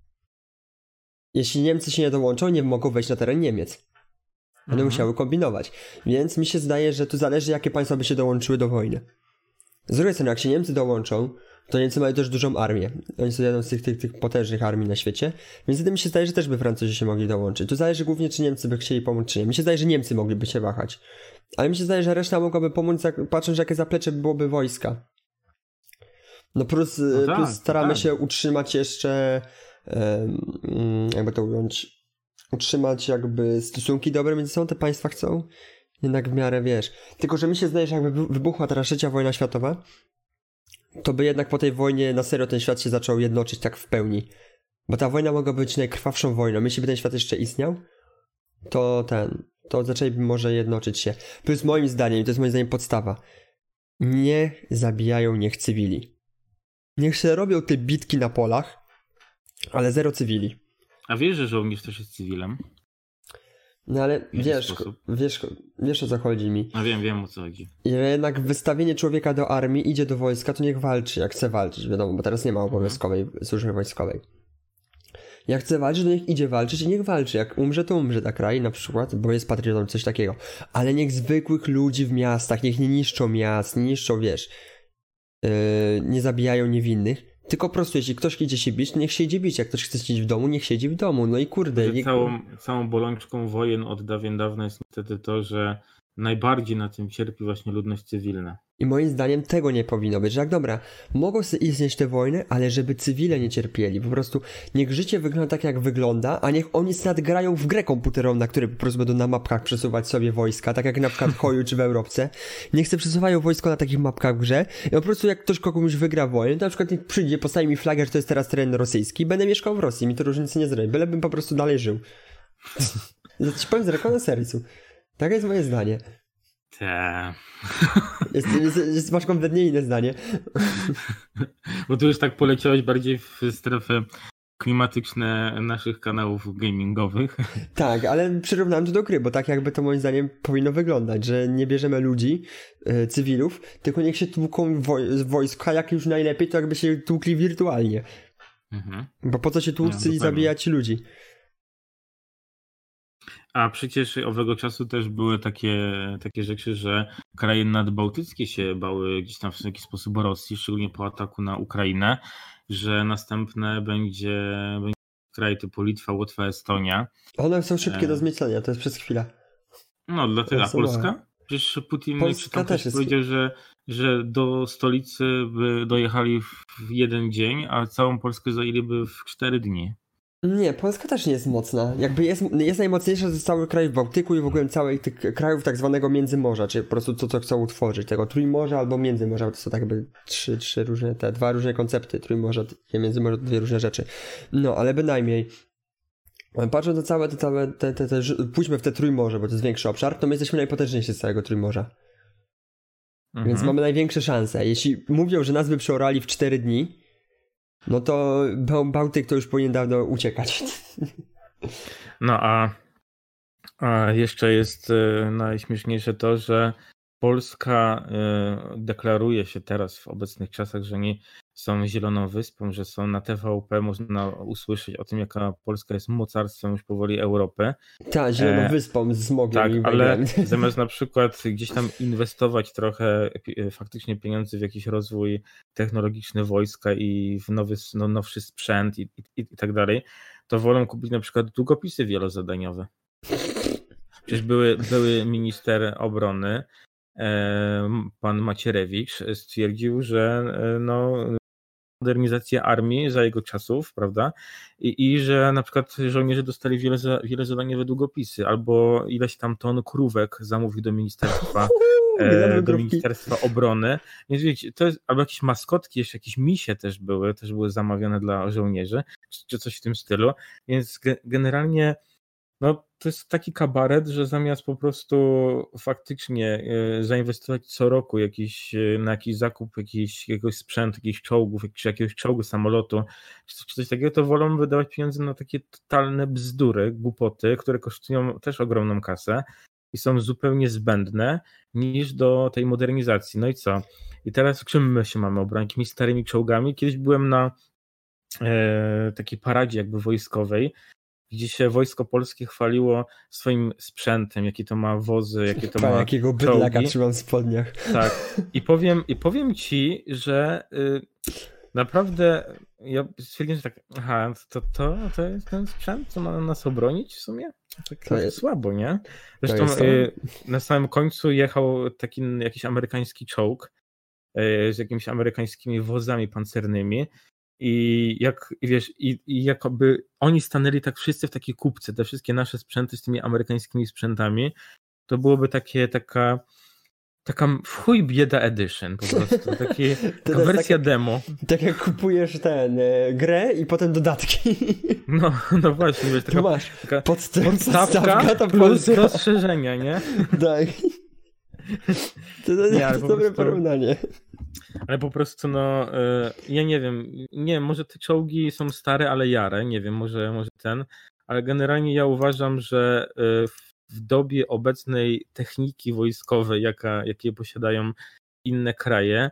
Speaker 1: Jeśli Niemcy się nie dołączą, nie mogą wejść na teren Niemiec. One mhm. musiały kombinować. Więc mi się zdaje, że tu zależy, jakie państwa by się dołączyły do wojny. Z drugiej strony, jak się Niemcy dołączą, to Niemcy mają też dużą armię. Oni są jedną z tych, tych, tych potężnych armii na świecie. Więc wtedy mi się zdaje, że też by Francuzi się mogli dołączyć. Tu zależy głównie, czy Niemcy by chcieli pomóc, czy nie. Mi się zdaje, że Niemcy mogliby się wahać. Ale mi się zdaje, że reszta mogłaby pomóc, patrząc, jakie zaplecze byłoby wojska. No plus, no tak, plus staramy tak. się utrzymać jeszcze, um, jakby to ująć, utrzymać jakby stosunki dobre między sobą, te państwa chcą jednak w miarę, wiesz. Tylko, że mi się zdaje, że jakby wybuchła teraz trzecia wojna światowa, to by jednak po tej wojnie na serio ten świat się zaczął jednoczyć tak w pełni. Bo ta wojna mogła być najkrwawszą wojną. Jeśli by ten świat jeszcze istniał, to ten, to zaczęliby może jednoczyć się. Plus moim zdaniem, to jest moim zdaniem podstawa, nie zabijają niech cywili. Niech się robią te bitki na polach, ale zero cywili.
Speaker 2: A wiesz, że żołnierz też jest cywilem?
Speaker 1: No ale wiesz, wiesz, wiesz o co chodzi mi.
Speaker 2: No wiem, wiem o co chodzi.
Speaker 1: I jednak wystawienie człowieka do armii, idzie do wojska, to niech walczy, jak chce walczyć, wiadomo, bo teraz nie ma obowiązkowej mhm. służby wojskowej. Jak chce walczyć, to niech idzie walczyć i niech walczy. Jak umrze, to umrze ta kraj na przykład, bo jest patriotą, coś takiego. Ale niech zwykłych ludzi w miastach, niech nie niszczą miast, nie niszczą, wiesz, yy, nie zabijają niewinnych. Tylko po prostu, jeśli ktoś idzie się bić, niech się idzie bić. Jak ktoś chce siedzieć w domu, niech siedzi w domu. No i kurde. Nie...
Speaker 2: Całą, całą bolączką wojen od dawien dawna jest niestety to, że najbardziej na tym cierpi właśnie ludność cywilna.
Speaker 1: I moim zdaniem tego nie powinno być, że jak dobra, mogą sobie istnieć te wojny, ale żeby cywile nie cierpieli. Po prostu niech życie wygląda tak, jak wygląda, a niech oni sobie grają w grę komputerową, na której po prostu będą na mapkach przesuwać sobie wojska, tak jak na przykład w Hoju czy w Europce. Niech sobie przesuwają wojsko na takich mapkach w grze i po prostu jak ktoś komuś wygra wojnę, to na przykład niech przyjdzie, postawi mi flagę, że to jest teraz teren rosyjski i będę mieszkał w Rosji, mi to różnicy nie zrobi, bylebym po prostu dalej żył. Ci powiem z ręką na sercu. Tak jest moje zdanie.
Speaker 2: Tak.
Speaker 1: Jest, jest, jest, masz kompletnie inne zdanie.
Speaker 2: Bo tu już tak poleciałeś bardziej w strefę klimatyczne naszych kanałów gamingowych.
Speaker 1: Tak, ale przyrównałem to do gry, bo tak jakby to moim zdaniem powinno wyglądać, że nie bierzemy ludzi, yy, cywilów, tylko niech się tłuką woj- wojska, jak już najlepiej, to jakby się tłukli wirtualnie. Mhm. Bo po co się tłuc no, i zabijać ludzi?
Speaker 2: A przecież owego czasu też były takie, takie rzeczy, że kraje nadbałtyckie się bały gdzieś tam w jakiś sposób Rosji, szczególnie po ataku na Ukrainę, że następne będzie, będzie kraj typu Litwa, Łotwa, Estonia.
Speaker 1: One są szybkie do zmiecenia, to jest przez chwilę.
Speaker 2: No, dlatego, a Polska? Przecież Putin
Speaker 1: Polska też jest...
Speaker 2: powiedział, że, że do stolicy by dojechali w jeden dzień, a całą Polskę zajęliby w cztery dni.
Speaker 1: Nie, Polska też nie jest mocna. Jakby jest, jest najmocniejsza ze całych krajów Bałtyku i w ogóle całych tych krajów tak zwanego Międzymorza, czyli po prostu to, co chcą utworzyć, tego Trójmorza albo Międzymorza, bo to są tak jakby trzy, trzy różne, te dwa różne koncepty, Trójmorza i Międzymorza to dwie różne rzeczy. No, ale bynajmniej. Patrząc na całe te, całe te, te, te, te, pójdźmy w te Trójmorze, bo to jest większy obszar, to my jesteśmy najpotężniejsi z całego Trójmorza. Mhm. Więc mamy największe szanse. Jeśli mówią, że nas by przeorali w cztery dni, no to Bałtyk to już powinien dawno uciekać.
Speaker 2: No a, a jeszcze jest y, najśmieszniejsze to, że Polska y, deklaruje się teraz w obecnych czasach, że nie są zieloną wyspą, że są na T V P, można usłyszeć o tym, jaka Polska jest mocarstwem już powoli Europy.
Speaker 1: Tak, zieloną wyspą z smogiem
Speaker 2: tak,
Speaker 1: i
Speaker 2: ale zamiast na przykład gdzieś tam inwestować trochę faktycznie pieniędzy w jakiś rozwój technologiczny wojska i w nowy, no, nowszy sprzęt i, i, i tak dalej, to wolą kupić na przykład długopisy wielozadaniowe. Przecież były, były minister obrony, pan Macierewicz stwierdził, że no, modernizacja armii za jego czasów, prawda? I, i że na przykład żołnierze dostali wiele, wielozadaniowe długopisy, albo ileś tam ton krówek zamówił do ministerstwa, e, do ministerstwa obrony. Więc wiecie, to jest, albo jakieś maskotki, jeszcze jakieś misie też były, też były zamawiane dla żołnierzy, czy, czy coś w tym stylu. Więc ge, generalnie no, to jest taki kabaret, że zamiast po prostu faktycznie zainwestować co roku jakiś, na jakiś zakup jakiś, jakiegoś sprzętu, jakichś czołgów, czy jakiegoś czołgu, samolotu, czy coś, czy coś takiego, to wolą wydawać pieniądze na takie totalne bzdury, głupoty, które kosztują też ogromną kasę i są zupełnie zbędne, niż do tej modernizacji. No i co? I teraz czym my się mamy obronić? Jakimiś starymi czołgami? Kiedyś byłem na e, takiej paradzie jakby wojskowej, gdzie się Wojsko Polskie chwaliło swoim sprzętem, jakie to ma wozy, jakie to
Speaker 1: pa,
Speaker 2: ma
Speaker 1: jakiego bydlaka trzymam w spodniach.
Speaker 2: Tak. I powiem, i powiem ci, że y, naprawdę ja stwierdziłem, że tak, aha, to, to, to jest ten sprzęt, co ma nas obronić w sumie? Tak to jest słabo, nie? Zresztą y, na samym końcu jechał taki jakiś amerykański czołg y, z jakimiś amerykańskimi wozami pancernymi. I jak wiesz, i, i jakoby oni stanęli tak wszyscy w takiej kupce, te wszystkie nasze sprzęty z tymi amerykańskimi sprzętami, to byłoby takie, taka taka w chuj bieda edition po prostu, taki, taka wersja tak, demo.
Speaker 1: Tak jak kupujesz ten e, grę i potem dodatki.
Speaker 2: No, no właśnie, wiesz, taka,
Speaker 1: masz
Speaker 2: taka
Speaker 1: podst-
Speaker 2: podstawka to plus rozszerzenia, nie?
Speaker 1: Tak. To, to, nie, to jest dobre prostu... porównanie.
Speaker 2: Ale po prostu, no, ja nie wiem, nie może te czołgi są stare, ale jare, nie wiem, może, może ten, ale generalnie ja uważam, że w dobie obecnej techniki wojskowej, jaka, jakie posiadają inne kraje,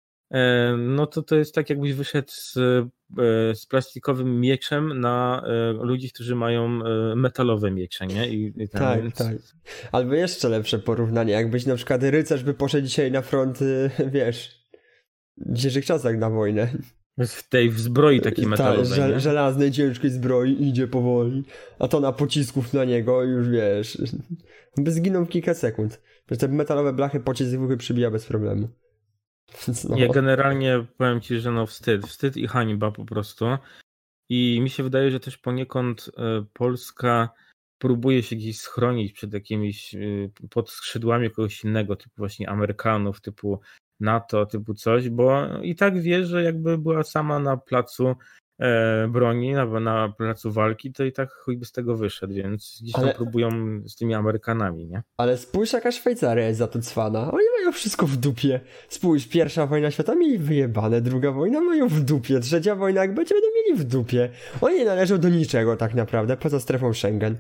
Speaker 2: no to to jest tak, jakbyś wyszedł z, z plastikowym mieczem na ludzi, którzy mają metalowe miecze, nie? I, i ten,
Speaker 1: tak,
Speaker 2: więc...
Speaker 1: tak. Albo jeszcze lepsze porównanie, jakbyś na przykład rycerz by poszedł dzisiaj na front, wiesz, w dzisiejszych czasach na wojnę.
Speaker 2: W tej w zbroi takiej metalowej.
Speaker 1: Ta, żel, żelaznej, ciężkiej zbroi idzie powoli, a to na pocisków na niego już wiesz, by zginął w kilka sekund. Przecież te metalowe blachy pocisk zwykły przybija bez problemu.
Speaker 2: No. Nie, generalnie powiem ci, że no wstyd, wstyd i hańba po prostu. I mi się wydaje, że też poniekąd Polska próbuje się gdzieś schronić przed jakimiś, pod skrzydłami kogoś innego, typu właśnie Amerykanów, typu NATO, typu coś, bo i tak wie, że jakby była sama na placu e, broni, na, na placu walki, to i tak chuj by z tego wyszedł, więc gdzieś tam ale, próbują z tymi Amerykanami, nie?
Speaker 1: Ale spójrz, jaka Szwajcaria jest za to cwana. Oni mają wszystko w dupie. Spójrz, pierwsza wojna świata mieli wyjebane, druga wojna mają w dupie, trzecia wojna jak będzie, będą mieli w dupie. Oni nie należą do niczego tak naprawdę, poza strefą Schengen.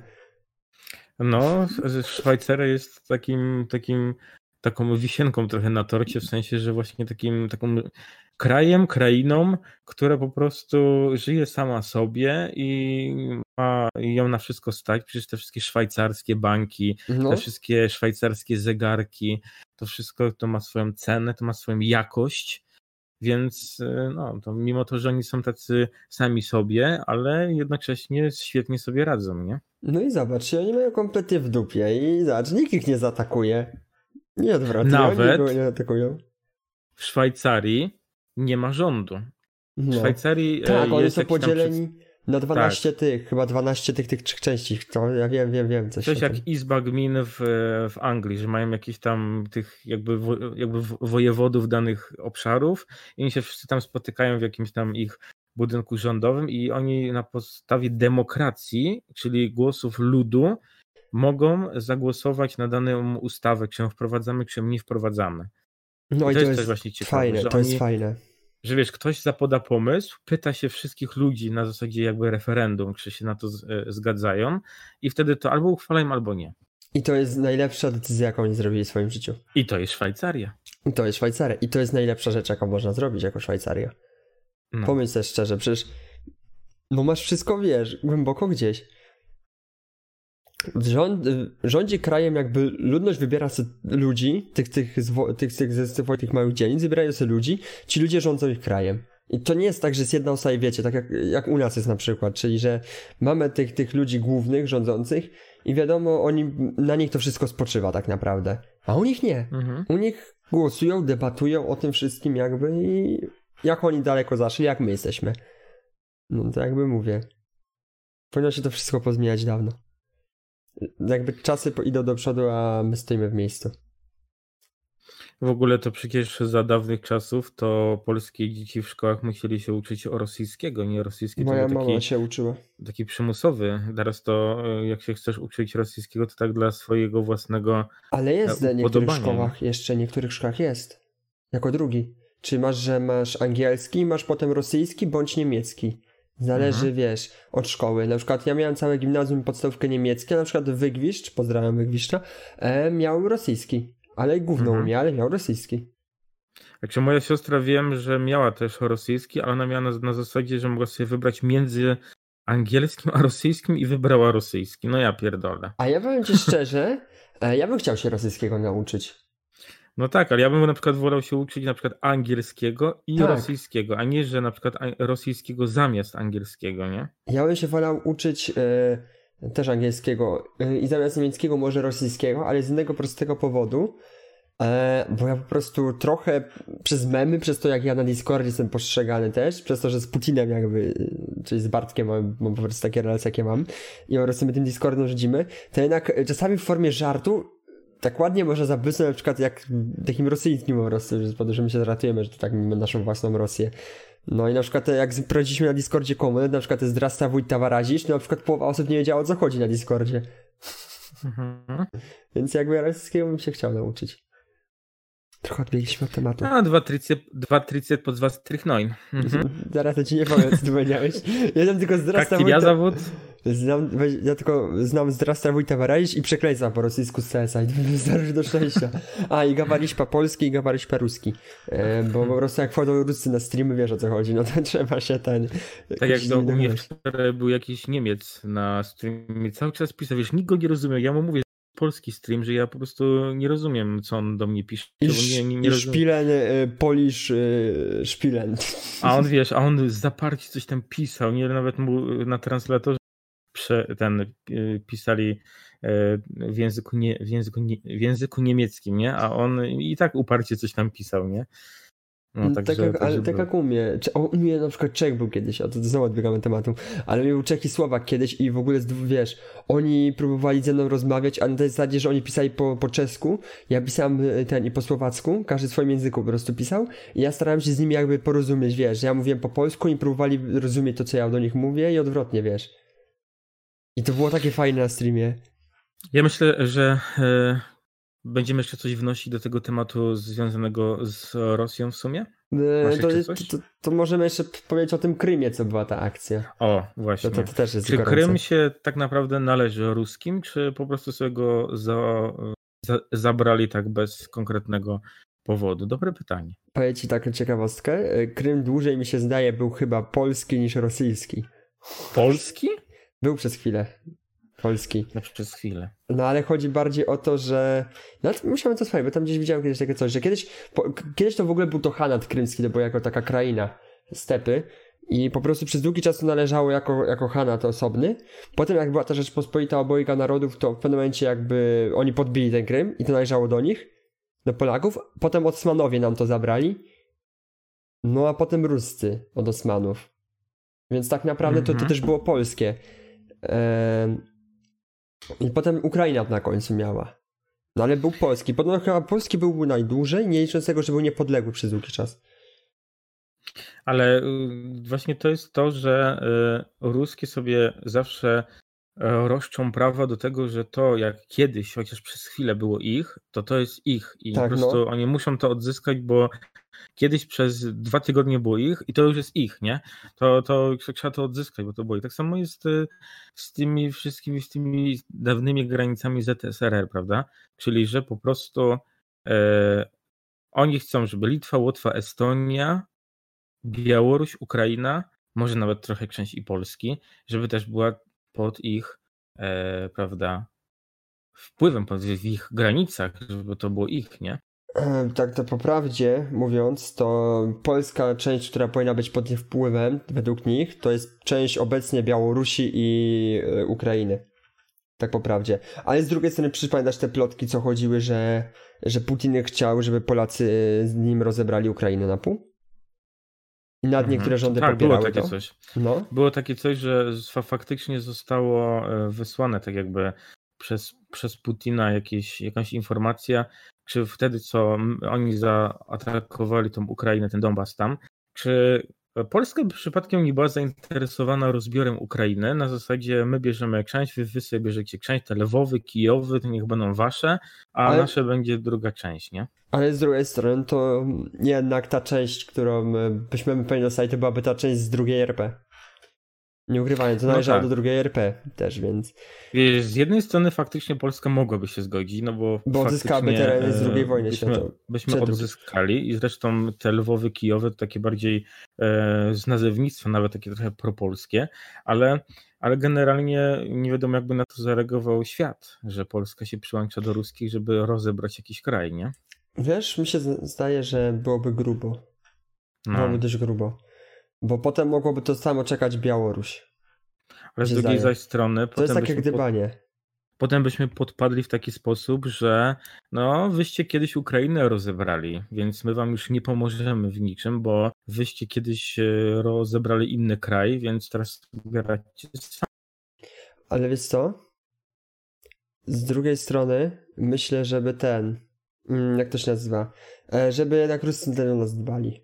Speaker 2: No, Szwajcaria jest takim, takim taką wisienką trochę na torcie, w sensie, że właśnie takim taką krajem, krainą, która po prostu żyje sama sobie i ma ją na wszystko stać. Przecież te wszystkie szwajcarskie banki, no. te wszystkie szwajcarskie zegarki, to wszystko to ma swoją cenę, to ma swoją jakość, więc no, to mimo to, że oni są tacy sami sobie, ale jednocześnie świetnie sobie radzą, nie?
Speaker 1: No i zobacz, oni mają kompletnie w dupie i zobacz, nikt ich nie zaatakuje. Nie odwrotnie,
Speaker 2: nawet
Speaker 1: oni nie atakują.
Speaker 2: W Szwajcarii nie ma rządu. W
Speaker 1: no.
Speaker 2: Szwajcarii
Speaker 1: tak, oni
Speaker 2: jest
Speaker 1: są podzieleni
Speaker 2: przy...
Speaker 1: Na dwanaście tak. tych, chyba dwanaście tych, tych trzech części, to ja wiem, wiem, wiem. Coś,
Speaker 2: coś jak Izba Gmin w, w Anglii, że mają jakieś tam tych jakby, wo, jakby wojewodów danych obszarów i oni się wszyscy tam spotykają w jakimś tam ich budynku rządowym i oni na podstawie demokracji, czyli głosów ludu, mogą zagłosować na daną ustawę, czy ją wprowadzamy, czy ją nie wprowadzamy.
Speaker 1: No i, i to, to jest też właśnie ciekawe. Fajne, to oni, jest fajne.
Speaker 2: Że wiesz, ktoś zapoda pomysł, pyta się wszystkich ludzi na zasadzie jakby referendum, czy się na to z, e, zgadzają i wtedy to albo uchwalają, albo nie.
Speaker 1: I to jest najlepsza decyzja, jaką oni zrobili w swoim życiu.
Speaker 2: I to jest Szwajcaria.
Speaker 1: I to jest Szwajcaria. I to jest najlepsza rzecz, jaką można zrobić jako Szwajcaria. No. Pomyśl sobie szczerze, przecież no masz wszystko, wiesz, głęboko gdzieś. Rząd, rządzi krajem jakby ludność wybiera sobie ludzi, tych, tych, tych, tych, tych, tych małych dzielnic, wybierają sobie ludzi, ci ludzie rządzą ich krajem. I to nie jest tak, że jest jedna osoba i wiecie, tak jak, jak u nas jest na przykład, czyli że mamy tych, tych ludzi głównych, rządzących i wiadomo, oni, na nich to wszystko spoczywa tak naprawdę. A u nich nie. Mhm. U nich głosują, debatują o tym wszystkim jakby i jak oni daleko zaszli, jak my jesteśmy. No to jakby mówię. Powinno się to wszystko pozmieniać dawno. Jakby czasy idą do przodu, a my stoimy w miejscu.
Speaker 2: W ogóle to przecież za dawnych czasów to polskie dzieci w szkołach musieli się uczyć o rosyjskiego, nie rosyjskiego.
Speaker 1: Moja mama taki, się uczyła.
Speaker 2: Taki przymusowy. Teraz to jak się chcesz uczyć rosyjskiego, to tak dla swojego własnego
Speaker 1: Ale jest w niektórych szkołach, jeszcze w niektórych szkołach jest. Jako drugi. Czy masz, że masz angielski, masz potem rosyjski bądź niemiecki. Zależy, mhm. wiesz, od szkoły. Na przykład ja miałem całe gimnazjum, podstawówkę niemieckie, na przykład Wygwiszcz, pozdrawiam Wygwiszcza, e, miał rosyjski. Ale gówno mhm. umie, ale miał rosyjski.
Speaker 2: Także moja siostra wiem, że miała też rosyjski, ale ona miała na, na zasadzie, że mogła sobie wybrać między angielskim a rosyjskim i wybrała rosyjski. No ja pierdolę.
Speaker 1: A ja powiem ci szczerze, e, ja bym chciał się rosyjskiego nauczyć.
Speaker 2: No tak, ale ja bym na przykład wolał się uczyć na przykład angielskiego i tak. rosyjskiego, a nie, że na przykład rosyjskiego zamiast angielskiego, nie?
Speaker 1: Ja bym się wolał uczyć e, też angielskiego e, i zamiast niemieckiego może rosyjskiego, ale z innego prostego powodu, e, bo ja po prostu trochę przez memy, przez to jak ja na Discordzie jestem postrzegany też, przez to, że z Putinem jakby, czyli z Bartkiem mam, mam po prostu takie relacje, jakie mam i po prostu my tym Discordem rządzimy, to jednak czasami w formie żartu tak ładnie można zabłysnąć na przykład jak takim rosyjskim po prostu, że my się ratujemy, że to tak mamy naszą własną Rosję. No i na przykład jak prowadziliśmy na Discordzie komunę, na przykład Zdrasta wójt Tawarazisz, to na przykład połowa osób nie wiedziała o co chodzi na Discordzie. Mhm. Więc jakby rosyjskiego bym się chciał nauczyć. Trochę odbiegliśmy od tematu.
Speaker 2: A, dwa tricep, dwa tricep pod was trychnoin.
Speaker 1: Mhm. Zaraz to ci nie powiem, co ty powiedziałeś. Ja znam tylko Zdrasta wójta...
Speaker 2: ja zawód?
Speaker 1: Znam, ja tylko znam Zdrasta wójta Warazisz i przekleństwa po rosyjsku z C S a i zdąży do szczęścia. A, i Gawariśpa polski i Gawariśpa ruski. E, bo po prostu jak wchodzą Ruscy na streamy, wiesz o co chodzi, no to trzeba się ten...
Speaker 2: Tak jak do mnie wczoraj był jakiś Niemiec na streamie, cały czas pisał, wiesz, nikt go nie rozumie, ja mu mówię, polski stream, że ja po prostu nie rozumiem, co on do mnie pisze.
Speaker 1: I,
Speaker 2: bo nie, nie, nie
Speaker 1: i szpilen, y, polisz y, szpilen.
Speaker 2: A on, wiesz, a on zaparcie coś tam pisał, nie, nawet mu na translatorze prze, ten y, pisali y, w, języku nie, w, języku nie, w języku niemieckim, nie? A on i tak uparcie coś tam pisał, nie? No, tak,
Speaker 1: tak,
Speaker 2: że,
Speaker 1: jak,
Speaker 2: tak,
Speaker 1: ale tak jak u mnie. O, u mnie na przykład Czech był kiedyś, a to znowu odbiegamy tematu, ale był Czech i Słowak kiedyś i w ogóle, wiesz, oni próbowali ze mną rozmawiać, a na tej zasadzie, że oni pisali po, po czesku, ja pisałem ten i po słowacku, każdy w swoim języku po prostu pisał i ja starałem się z nimi jakby porozumieć, wiesz, ja mówiłem po polsku i próbowali rozumieć to, co ja do nich mówię i odwrotnie, wiesz. I to było takie fajne na streamie.
Speaker 2: Ja myślę, że e, będziemy jeszcze coś wnosić do tego tematu związanego z Rosją w sumie?
Speaker 1: E, to, to, to, to możemy jeszcze powiedzieć o tym Krymie, co była ta akcja.
Speaker 2: O, właśnie.
Speaker 1: To, to, to też jest
Speaker 2: czy gorąco. Krym się tak naprawdę należy ruskim, czy po prostu sobie go za, za, zabrali tak bez konkretnego powodu? Dobre pytanie.
Speaker 1: Powiem ci taką ciekawostkę. Krym dłużej mi się zdaje był chyba polski niż rosyjski.
Speaker 2: Polski?
Speaker 1: Był przez chwilę. Polski.
Speaker 2: No przez chwilę.
Speaker 1: No ale chodzi bardziej o to, że... No musiałem to swoje, bo tam gdzieś widziałem kiedyś takie coś, że kiedyś po... kiedyś to w ogóle był to Hanat krymski, to była jako taka kraina stepy i po prostu przez długi czas to należało jako, jako Hanat osobny. Potem jak była ta Rzeczpospolita obojga narodów, to w pewnym momencie jakby oni podbili ten Krym i to należało do nich, do Polaków. Potem Osmanowie nam to zabrali. No a potem Ruscy od Osmanów. Więc tak naprawdę to, to
Speaker 2: Mhm.
Speaker 1: też było polskie. Em, I potem Ukraina na końcu miała. No ale był polski. Podobno chyba polski był najdłużej, nie licząc tego, że był niepodległy przez długi czas.
Speaker 2: Ale y, właśnie to jest to, że y, ruskie sobie zawsze y, roszczą prawa do tego, że to jak kiedyś, chociaż przez chwilę było ich, to to jest ich i po
Speaker 1: Tak,
Speaker 2: prostu
Speaker 1: no.
Speaker 2: oni muszą to odzyskać, bo kiedyś przez dwa tygodnie było ich i to już jest ich, nie? To, to trzeba to odzyskać, bo to było ich. Tak samo jest y, z tymi wszystkimi, z tymi dawnymi granicami Z S R R, prawda? Czyli, że po prostu y, oni chcą, żeby Litwa, Łotwa, Estonia, Białoruś, Ukraina, może nawet trochę część i Polski, żeby też była pod ich, e, prawda, wpływem, pod w ich granicach, żeby to było ich, nie?
Speaker 1: E, Tak to po prawdzie mówiąc, to polska część, która powinna być pod ich wpływem, według nich, to jest część obecnie Białorusi i e, Ukrainy. Tak po prawdzie. Ale z drugiej strony przecież pamiętasz te plotki, co chodziły, że, że Putin chciał, żeby Polacy z nim rozebrali Ukrainę na pół? I nad
Speaker 2: Mhm.
Speaker 1: niektóre rządy
Speaker 2: Tak, było
Speaker 1: popierały
Speaker 2: takie
Speaker 1: to.
Speaker 2: coś.
Speaker 1: No.
Speaker 2: Było takie coś, że fa- faktycznie zostało e, wysłane tak jakby przez, przez Putina jakieś, jakaś informacja, czy wtedy, co m- oni zaatakowali tą Ukrainę, ten Donbas tam, czy Polska przypadkiem nie była zainteresowana rozbiorem Ukrainy na zasadzie my bierzemy część, wy, wy sobie bierzecie część, te Lwowy, Kijowy, to niech będą wasze, a
Speaker 1: Ale-
Speaker 2: nasze będzie druga część, nie?
Speaker 1: Ale z drugiej strony to jednak ta część, którą e, byśmy powinni dostać, to byłaby ta część z drugiej R P. Nie ukrywając, to
Speaker 2: No
Speaker 1: należało
Speaker 2: tak.
Speaker 1: do drugiej R P też, więc...
Speaker 2: Wiesz, z jednej strony faktycznie Polska mogłaby się zgodzić, no bo,
Speaker 1: Bo odzyskałaby
Speaker 2: faktycznie,
Speaker 1: tereny z drugiej
Speaker 2: e,
Speaker 1: wojny
Speaker 2: byśmy,
Speaker 1: światowej.
Speaker 2: byśmy
Speaker 1: Przed drugiej.
Speaker 2: odzyskali i zresztą te Lwowy, Kijowy to takie bardziej e, z nazewnictwa, nawet takie trochę propolskie, ale, ale generalnie nie wiadomo jakby na to zareagował świat, że Polska się przyłącza do ruskich, żeby rozebrać jakiś kraj, nie?
Speaker 1: Wiesz, mi się z- zdaje, że byłoby grubo.
Speaker 2: No.
Speaker 1: Byłoby dość grubo. Bo potem mogłoby to samo czekać Białoruś.
Speaker 2: Ale z
Speaker 1: się
Speaker 2: drugiej
Speaker 1: zdaje.
Speaker 2: zaś strony
Speaker 1: To jest
Speaker 2: potem
Speaker 1: takie
Speaker 2: byśmy, po,
Speaker 1: gdybanie.
Speaker 2: potem byśmy podpadli w taki sposób, że no wyście kiedyś Ukrainę rozebrali, więc my wam już nie pomożemy w niczym, bo wyście kiedyś e, rozebrali inny kraj, więc teraz zbieracie sami.
Speaker 1: Ale wiesz co? Z drugiej strony myślę, żeby ten... mm, Jak to się nazywa? E, Żeby jednak Ruscy o nas dbali.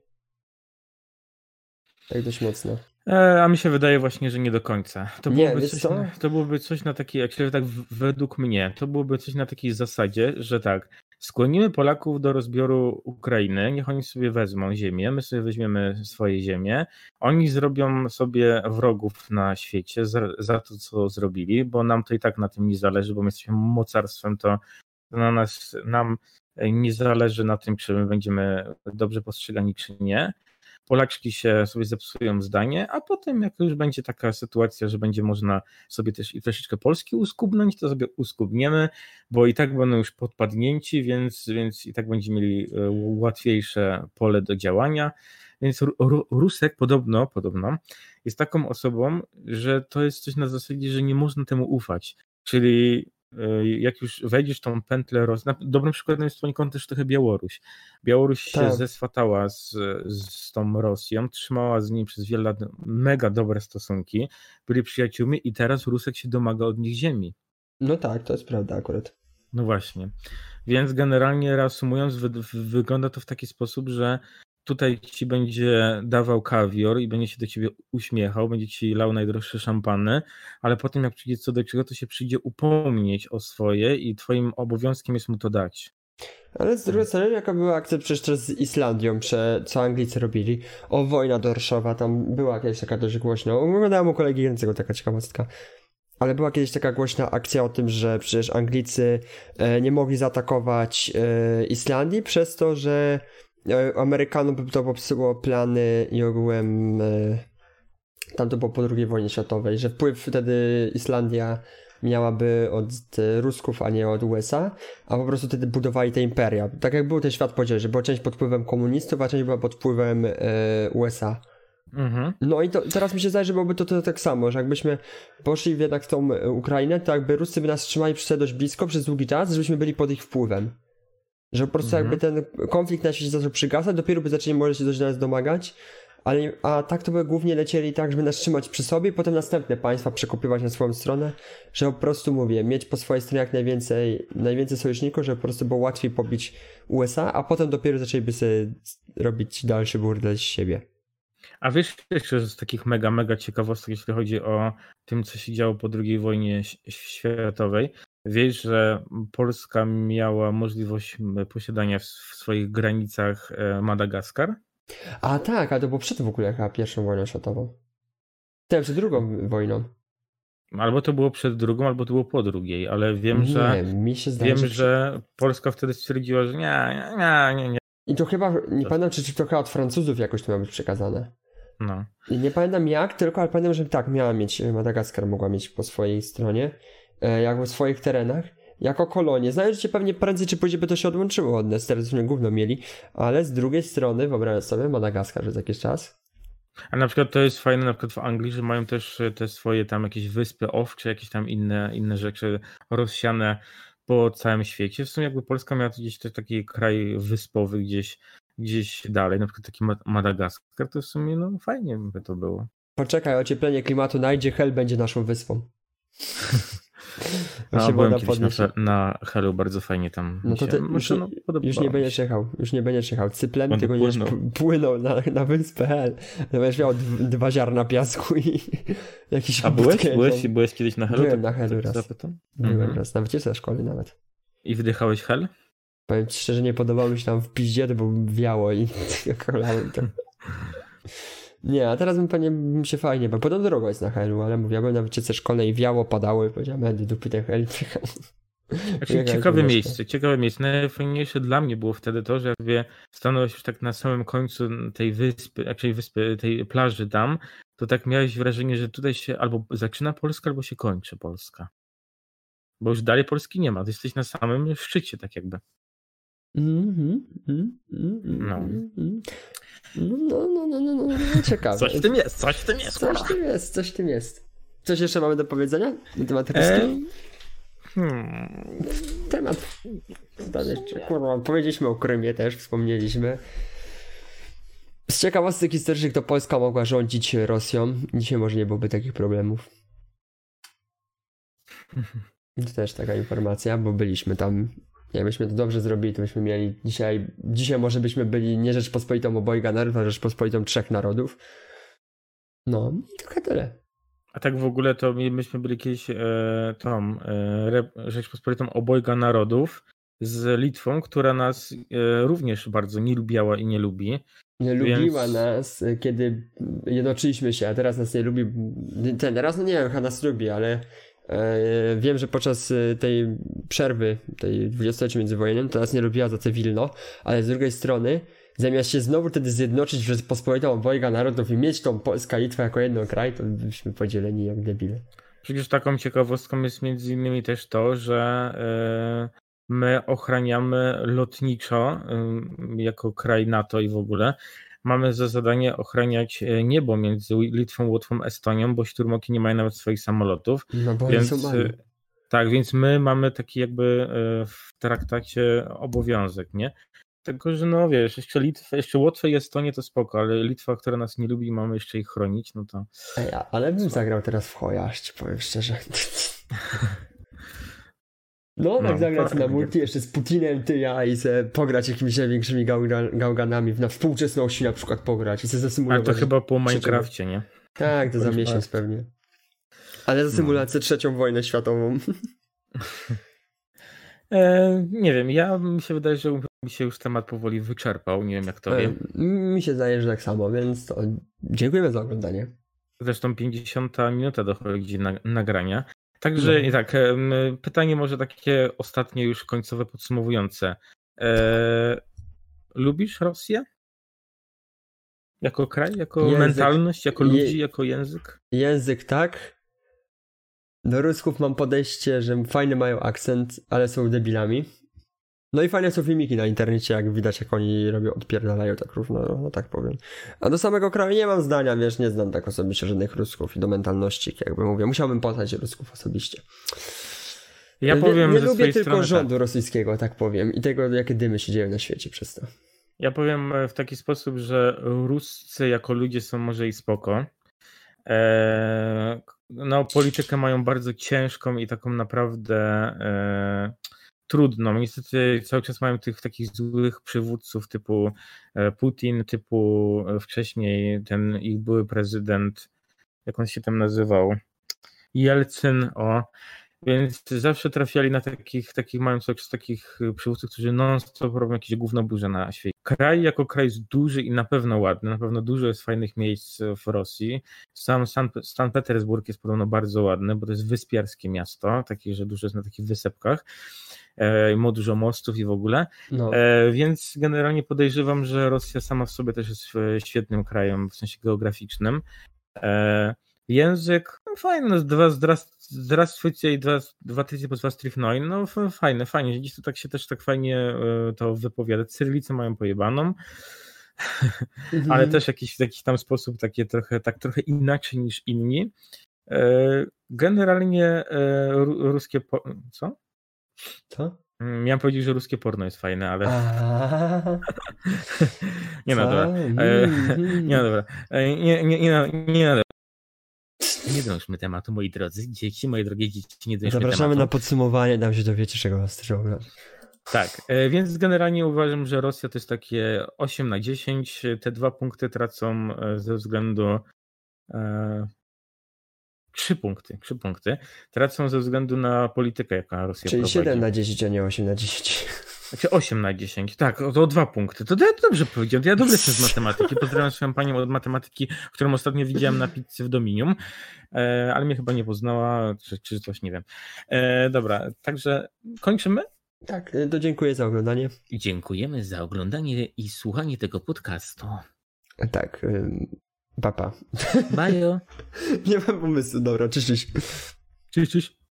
Speaker 1: Tak dość mocno.
Speaker 2: E, a mi się wydaje właśnie, że nie do końca. To
Speaker 1: Nie,
Speaker 2: byłoby,
Speaker 1: wiesz
Speaker 2: coś
Speaker 1: co?
Speaker 2: na, to byłoby coś na takiej, jak się tak w- według mnie, to byłoby coś na takiej zasadzie, że tak, skłonimy Polaków do rozbioru Ukrainy, niech oni sobie wezmą ziemię, my sobie weźmiemy swoje ziemię, oni zrobią sobie wrogów na świecie za, za to, co zrobili, bo nam to i tak na tym nie zależy, bo my jesteśmy mocarstwem, to na nas, nam nie zależy na tym, czy my będziemy dobrze postrzegani, czy nie. Polaczki się sobie zepsują zdanie, a potem jak już będzie taka sytuacja, że będzie można sobie też i troszeczkę Polski uskubnąć, to sobie uskubniemy, bo i tak będą już podpadnięci, więc, więc i tak będziemy mieli e, łatwiejsze pole do działania. Więc Ru- Ru- Rusek podobno, podobno jest taką osobą, że to jest coś na zasadzie, że nie można temu ufać. Czyli e, jak już wejdziesz w tą pętlę Rosji, na- dobrym przykładem jest poniekąd też trochę Białoruś. Białoruś się
Speaker 1: Tak.
Speaker 2: zeswatała z, z tą Rosją, trzymała z niej przez wiele lat mega dobre stosunki, byli przyjaciółmi i teraz Rusek się domaga od nich ziemi.
Speaker 1: No tak, to jest prawda akurat.
Speaker 2: No właśnie. Więc generalnie reasumując, wy, wygląda to w taki sposób, że tutaj ci będzie dawał kawior i będzie się do ciebie uśmiechał, będzie ci lał najdroższe szampany, ale potem jak przyjdzie co do czego, to się przyjdzie upomnieć o swoje i twoim obowiązkiem jest mu to dać.
Speaker 1: Ale z drugiej strony, jaka była akcja przecież też z Islandią, prze, co Anglicy robili. O, wojna dorszowa, tam była jakaś taka dość głośna. Oglądałem u kolegi Jęcego, taka ciekawostka. Ale była kiedyś taka głośna akcja o tym, że przecież Anglicy e, nie mogli zaatakować e, Islandii przez to, że e, Amerykanom by to popsuło plany i ogółem e, tam to było po drugiej wojnie światowej, że wpływ wtedy Islandia miałaby od e, Rusków, a nie od U S A, a po prostu wtedy budowali te imperia. Tak jak był ten świat podzielony, że była część pod wpływem komunistów, a część była pod wpływem e, U S A.
Speaker 2: Mhm.
Speaker 1: No i to, teraz mi się zdaje, że byłoby to, to tak samo, że jakbyśmy poszli jednak w tą e, Ukrainę, to jakby Ruscy by nas trzymali przy sobie dość blisko przez długi czas, żebyśmy byli pod ich wpływem. Że po prostu
Speaker 2: Mhm.
Speaker 1: jakby ten konflikt na świecie zaczął przygasać, dopiero by zaczęli może się coś do nas domagać, ale, a tak to by głównie lecieli tak, żeby nas trzymać przy sobie i potem następne państwa przekopywać na swoją stronę, że po prostu mówię, mieć po swojej stronie jak najwięcej, najwięcej sojuszników, żeby po prostu było łatwiej pobić U S A, a potem dopiero zaczęliby sobie robić dalszy burdel z siebie.
Speaker 2: A wiesz jeszcze z takich mega, mega ciekawostek, jeśli chodzi o tym, co się działo po drugiej wojnie światowej, wiesz, że Polska miała możliwość posiadania w swoich granicach Madagaskar?
Speaker 1: A tak, ale to było przed w ogóle chyba pierwszą wojną światową. Tak, przed drugą wojną.
Speaker 2: Albo to było przed drugą, albo to było po drugiej, ale wiem,
Speaker 1: nie,
Speaker 2: że
Speaker 1: mi się zdaje,
Speaker 2: wiem,
Speaker 1: że,
Speaker 2: że Polska wtedy stwierdziła, że nie, nie, nie, nie.
Speaker 1: I to chyba, nie pamiętam, czy, czy to chyba od Francuzów jakoś to miało być przekazane.
Speaker 2: No.
Speaker 1: I nie pamiętam jak, tylko ale pamiętam, że tak, miała mieć, Madagaskar mogła mieć po swojej stronie, e, jakby w swoich terenach, jako kolonię. Znając, że pewnie prędzej czy później by to się odłączyło od nas, teraz już gówno mieli, ale z drugiej strony, wyobraź sobie, Madagaskar przez jakiś czas.
Speaker 2: A na przykład to jest fajne na przykład w Anglii, że mają też te swoje tam jakieś wyspy owcze, jakieś tam inne, inne rzeczy rozsiane po całym świecie. W sumie jakby Polska miała gdzieś też taki kraj wyspowy gdzieś, gdzieś dalej, na przykład taki Madagaskar, to w sumie no fajnie by to było.
Speaker 1: Poczekaj, ocieplenie klimatu najdzie, Hel będzie naszą wyspą.
Speaker 2: No, byłem kiedyś na, na Helu, bardzo fajnie tam.
Speaker 1: No to ty, się, już, no, już nie będziesz jechał, już nie będziesz jechał cyplem, on tylko będziesz płynął na, na wyspę Hel. To będziesz miał d- dwa ziarna piasku i jakiś...
Speaker 2: A byłeś, byłeś, byłeś kiedyś na Helu?
Speaker 1: Byłem
Speaker 2: tak,
Speaker 1: na Helu
Speaker 2: tak
Speaker 1: raz. Byłem mhm. raz, na wycieczce szkoły nawet.
Speaker 2: I wydychałeś Hel?
Speaker 1: Powiem ci szczerze, nie podobało mi się tam w piździe, to bo wiało i kolałem to. Nie, a teraz bym pewnie bym się fajnie, bo podobno drogo jest na Helu, ale mówię, ja byłem na wycieczce szkolnej, wiało, padało i powiedziałem, Edy, dupy ten Hel.
Speaker 2: Znaczy, ciekawe miejsce, ciekawe miejsce. Najfajniejsze dla mnie było wtedy to, że jak stanąłeś już tak na samym końcu tej wyspy, raczej wyspy, tej plaży tam, to tak miałeś wrażenie, że tutaj się albo zaczyna Polska, albo się kończy Polska. Bo już dalej Polski nie ma, ty jesteś na samym szczycie tak jakby.
Speaker 1: Mm-hmm, mm-hmm,
Speaker 2: no.
Speaker 1: Mm-hmm. No, no, no, no, no, no, ciekawe.
Speaker 2: Coś w tym jest, coś w tym jest.
Speaker 1: Coś w tym jest, coś w tym jest. Coś jeszcze mamy do powiedzenia na temat Ruski? Eee, hmm. Temat. Kurwa, powiedzieliśmy o Krymie też, wspomnieliśmy. Z ciekawostek historycznych to Polska mogła rządzić Rosją. Dzisiaj może nie byłoby takich problemów. To też taka informacja, bo byliśmy tam. Jakbyśmy to dobrze zrobili, to byśmy mieli dzisiaj, dzisiaj może byśmy byli nie Rzeczpospolitą obojga narodów, a Rzeczpospolitą trzech narodów. No i tylko tyle.
Speaker 2: A tak w ogóle to myśmy byli kiedyś e, tą e, Rzeczpospolitą obojga narodów z Litwą, która nas e, również bardzo nie lubiała i nie lubi.
Speaker 1: Nie więc... lubiła nas, kiedy jednoczyliśmy się, a teraz nas nie lubi. Ten raz, no nie wiem, chyba nas lubi, ale e, wiem, że podczas tej przerwy, tej dwudziestoleci międzywojennej, to nas nie lubiła za Wilno, ale z drugiej strony zamiast się znowu wtedy zjednoczyć w Rzeczpospolitą obojga narodów i mieć tą Polskę i Litwę jako jeden kraj, to byliśmy podzieleni jak debile.
Speaker 2: Przecież taką ciekawostką jest między innymi też to, że yy, my ochraniamy lotniczo yy, jako kraj NATO i w ogóle mamy za zadanie ochraniać niebo między Litwą, Łotwą, Estonią, bo szturmoki nie mają nawet swoich samolotów.
Speaker 1: No bo
Speaker 2: więc,
Speaker 1: są mali.
Speaker 2: Tak, więc my mamy taki jakby yy, w traktacie obowiązek, nie? Tylko, że no wiesz, jeszcze Litwa, jeszcze Łotwę i Estonię to spoko, ale Litwa, która nas nie lubi i mamy jeszcze ich chronić, no to...
Speaker 1: Ej, ale bym zagrał teraz w Chojaść, powiem szczerze. No, tak no, zagrać tak, na multi jeszcze z Putinem, ty, ja i se pograć jakimiś największymi gałganami, na współczesności na przykład pograć i se zasymulować.
Speaker 2: Ale to chyba po Minecrafcie, nie?
Speaker 1: Tak, to za miesiąc pewnie. Ale za symulację no. trzecią wojnę światową.
Speaker 2: E, nie wiem, ja mi się wydaje, że mi się już temat powoli wyczerpał, nie wiem jak to wie.
Speaker 1: Mi się zdaje, że tak samo, więc to dziękujemy za oglądanie.
Speaker 2: Zresztą pięćdziesiąta minuta dochodzi na, nagrania. Także no. i tak, e, pytanie może takie ostatnie już końcowe, podsumowujące. E, lubisz Rosję? Jako kraj, jako język, mentalność, jako ludzi, je, jako język?
Speaker 1: Język tak. Do Rusków mam podejście, że fajny mają akcent, ale są debilami. No i fajne są filmiki na internecie, jak widać, jak oni robią, odpierdalają tak równo, no, no tak powiem. A do samego kraju nie mam zdania, wiesz, nie znam tak osobiście żadnych Rusków i do mentalności, jakby mówię. Musiałbym poznać Rusków osobiście.
Speaker 2: Ja powiem,
Speaker 1: nie, nie
Speaker 2: ze
Speaker 1: lubię tylko
Speaker 2: strony,
Speaker 1: rządu
Speaker 2: tak.
Speaker 1: rosyjskiego, tak powiem. I tego, jakie dymy się dzieją na świecie przez to.
Speaker 2: Ja powiem w taki sposób, że Ruscy jako ludzie są może i spoko. Eee, no, politykę mają bardzo ciężką i taką naprawdę e, trudną. Niestety cały czas mają tych takich złych przywódców typu Putin, typu wcześniej ten ich były prezydent, jak on się tam nazywał, Jelcyn, o. Więc zawsze trafiali na takich, takich mają cały czas takich przywódców, którzy non-stop robią jakieś gównoburze na świecie. Kraj jako kraj jest duży i na pewno ładny, na pewno dużo jest fajnych miejsc w Rosji. Sam San, San Petersburg jest podobno bardzo ładny, bo to jest wyspiarskie miasto, takie, że dużo jest na takich wysepkach. E, ma dużo mostów i w ogóle. No. E, więc generalnie podejrzewam, że Rosja sama w sobie też jest świetnym krajem w sensie geograficznym. E, Język, no fajny, no dwa zdrastwujcie i dwa, dwa tydzień po was trifnoin, no fajne, fajnie, dziś to tak się też tak fajnie to wypowiada. Cyrylicę mają pojebaną, mhm. ale też jakiś w jakiś tam sposób takie trochę, tak trochę inaczej niż inni. Generalnie ruskie, po... co?
Speaker 1: Co?
Speaker 2: Miałem powiedzieć, że ruskie porno jest fajne, ale... nie no dobra. Nie no dobra. Nie, nie, nie, nie no dobra. Nie drążmy tematu, moi drodzy dzieci, moje drogie dzieci, nie drążmy tematu.
Speaker 1: Zapraszamy na podsumowanie, tam się dowiecie, czego was też ogląda.
Speaker 2: Tak, więc generalnie uważam, że Rosja to jest takie osiem na dziesięć. Te dwa punkty tracą ze względu... E, trzy punkty, trzy punkty. Tracą ze względu na politykę, jaka Rosja
Speaker 1: Czyli
Speaker 2: prowadzi.
Speaker 1: siedem na dziesięć, a nie osiem na dziesięć.
Speaker 2: Znaczy osiem na dziesięć, tak, o, o dwa punkty. To ja dobrze powiedziałem, ja dobrze jestem z matematyki. Pozdrawiam swoją panią od matematyki, którą ostatnio widziałem na pizzy w Dominium, e, ale mnie chyba nie poznała, czy, czy coś, nie wiem. E, dobra, także kończymy?
Speaker 1: Tak, to dziękuję za oglądanie.
Speaker 2: Dziękujemy za oglądanie i słuchanie tego podcastu.
Speaker 1: Tak, papa.
Speaker 2: Bajo.
Speaker 1: Nie mam pomysłu, dobra, cześć, cześć.
Speaker 2: Cześć, cześć.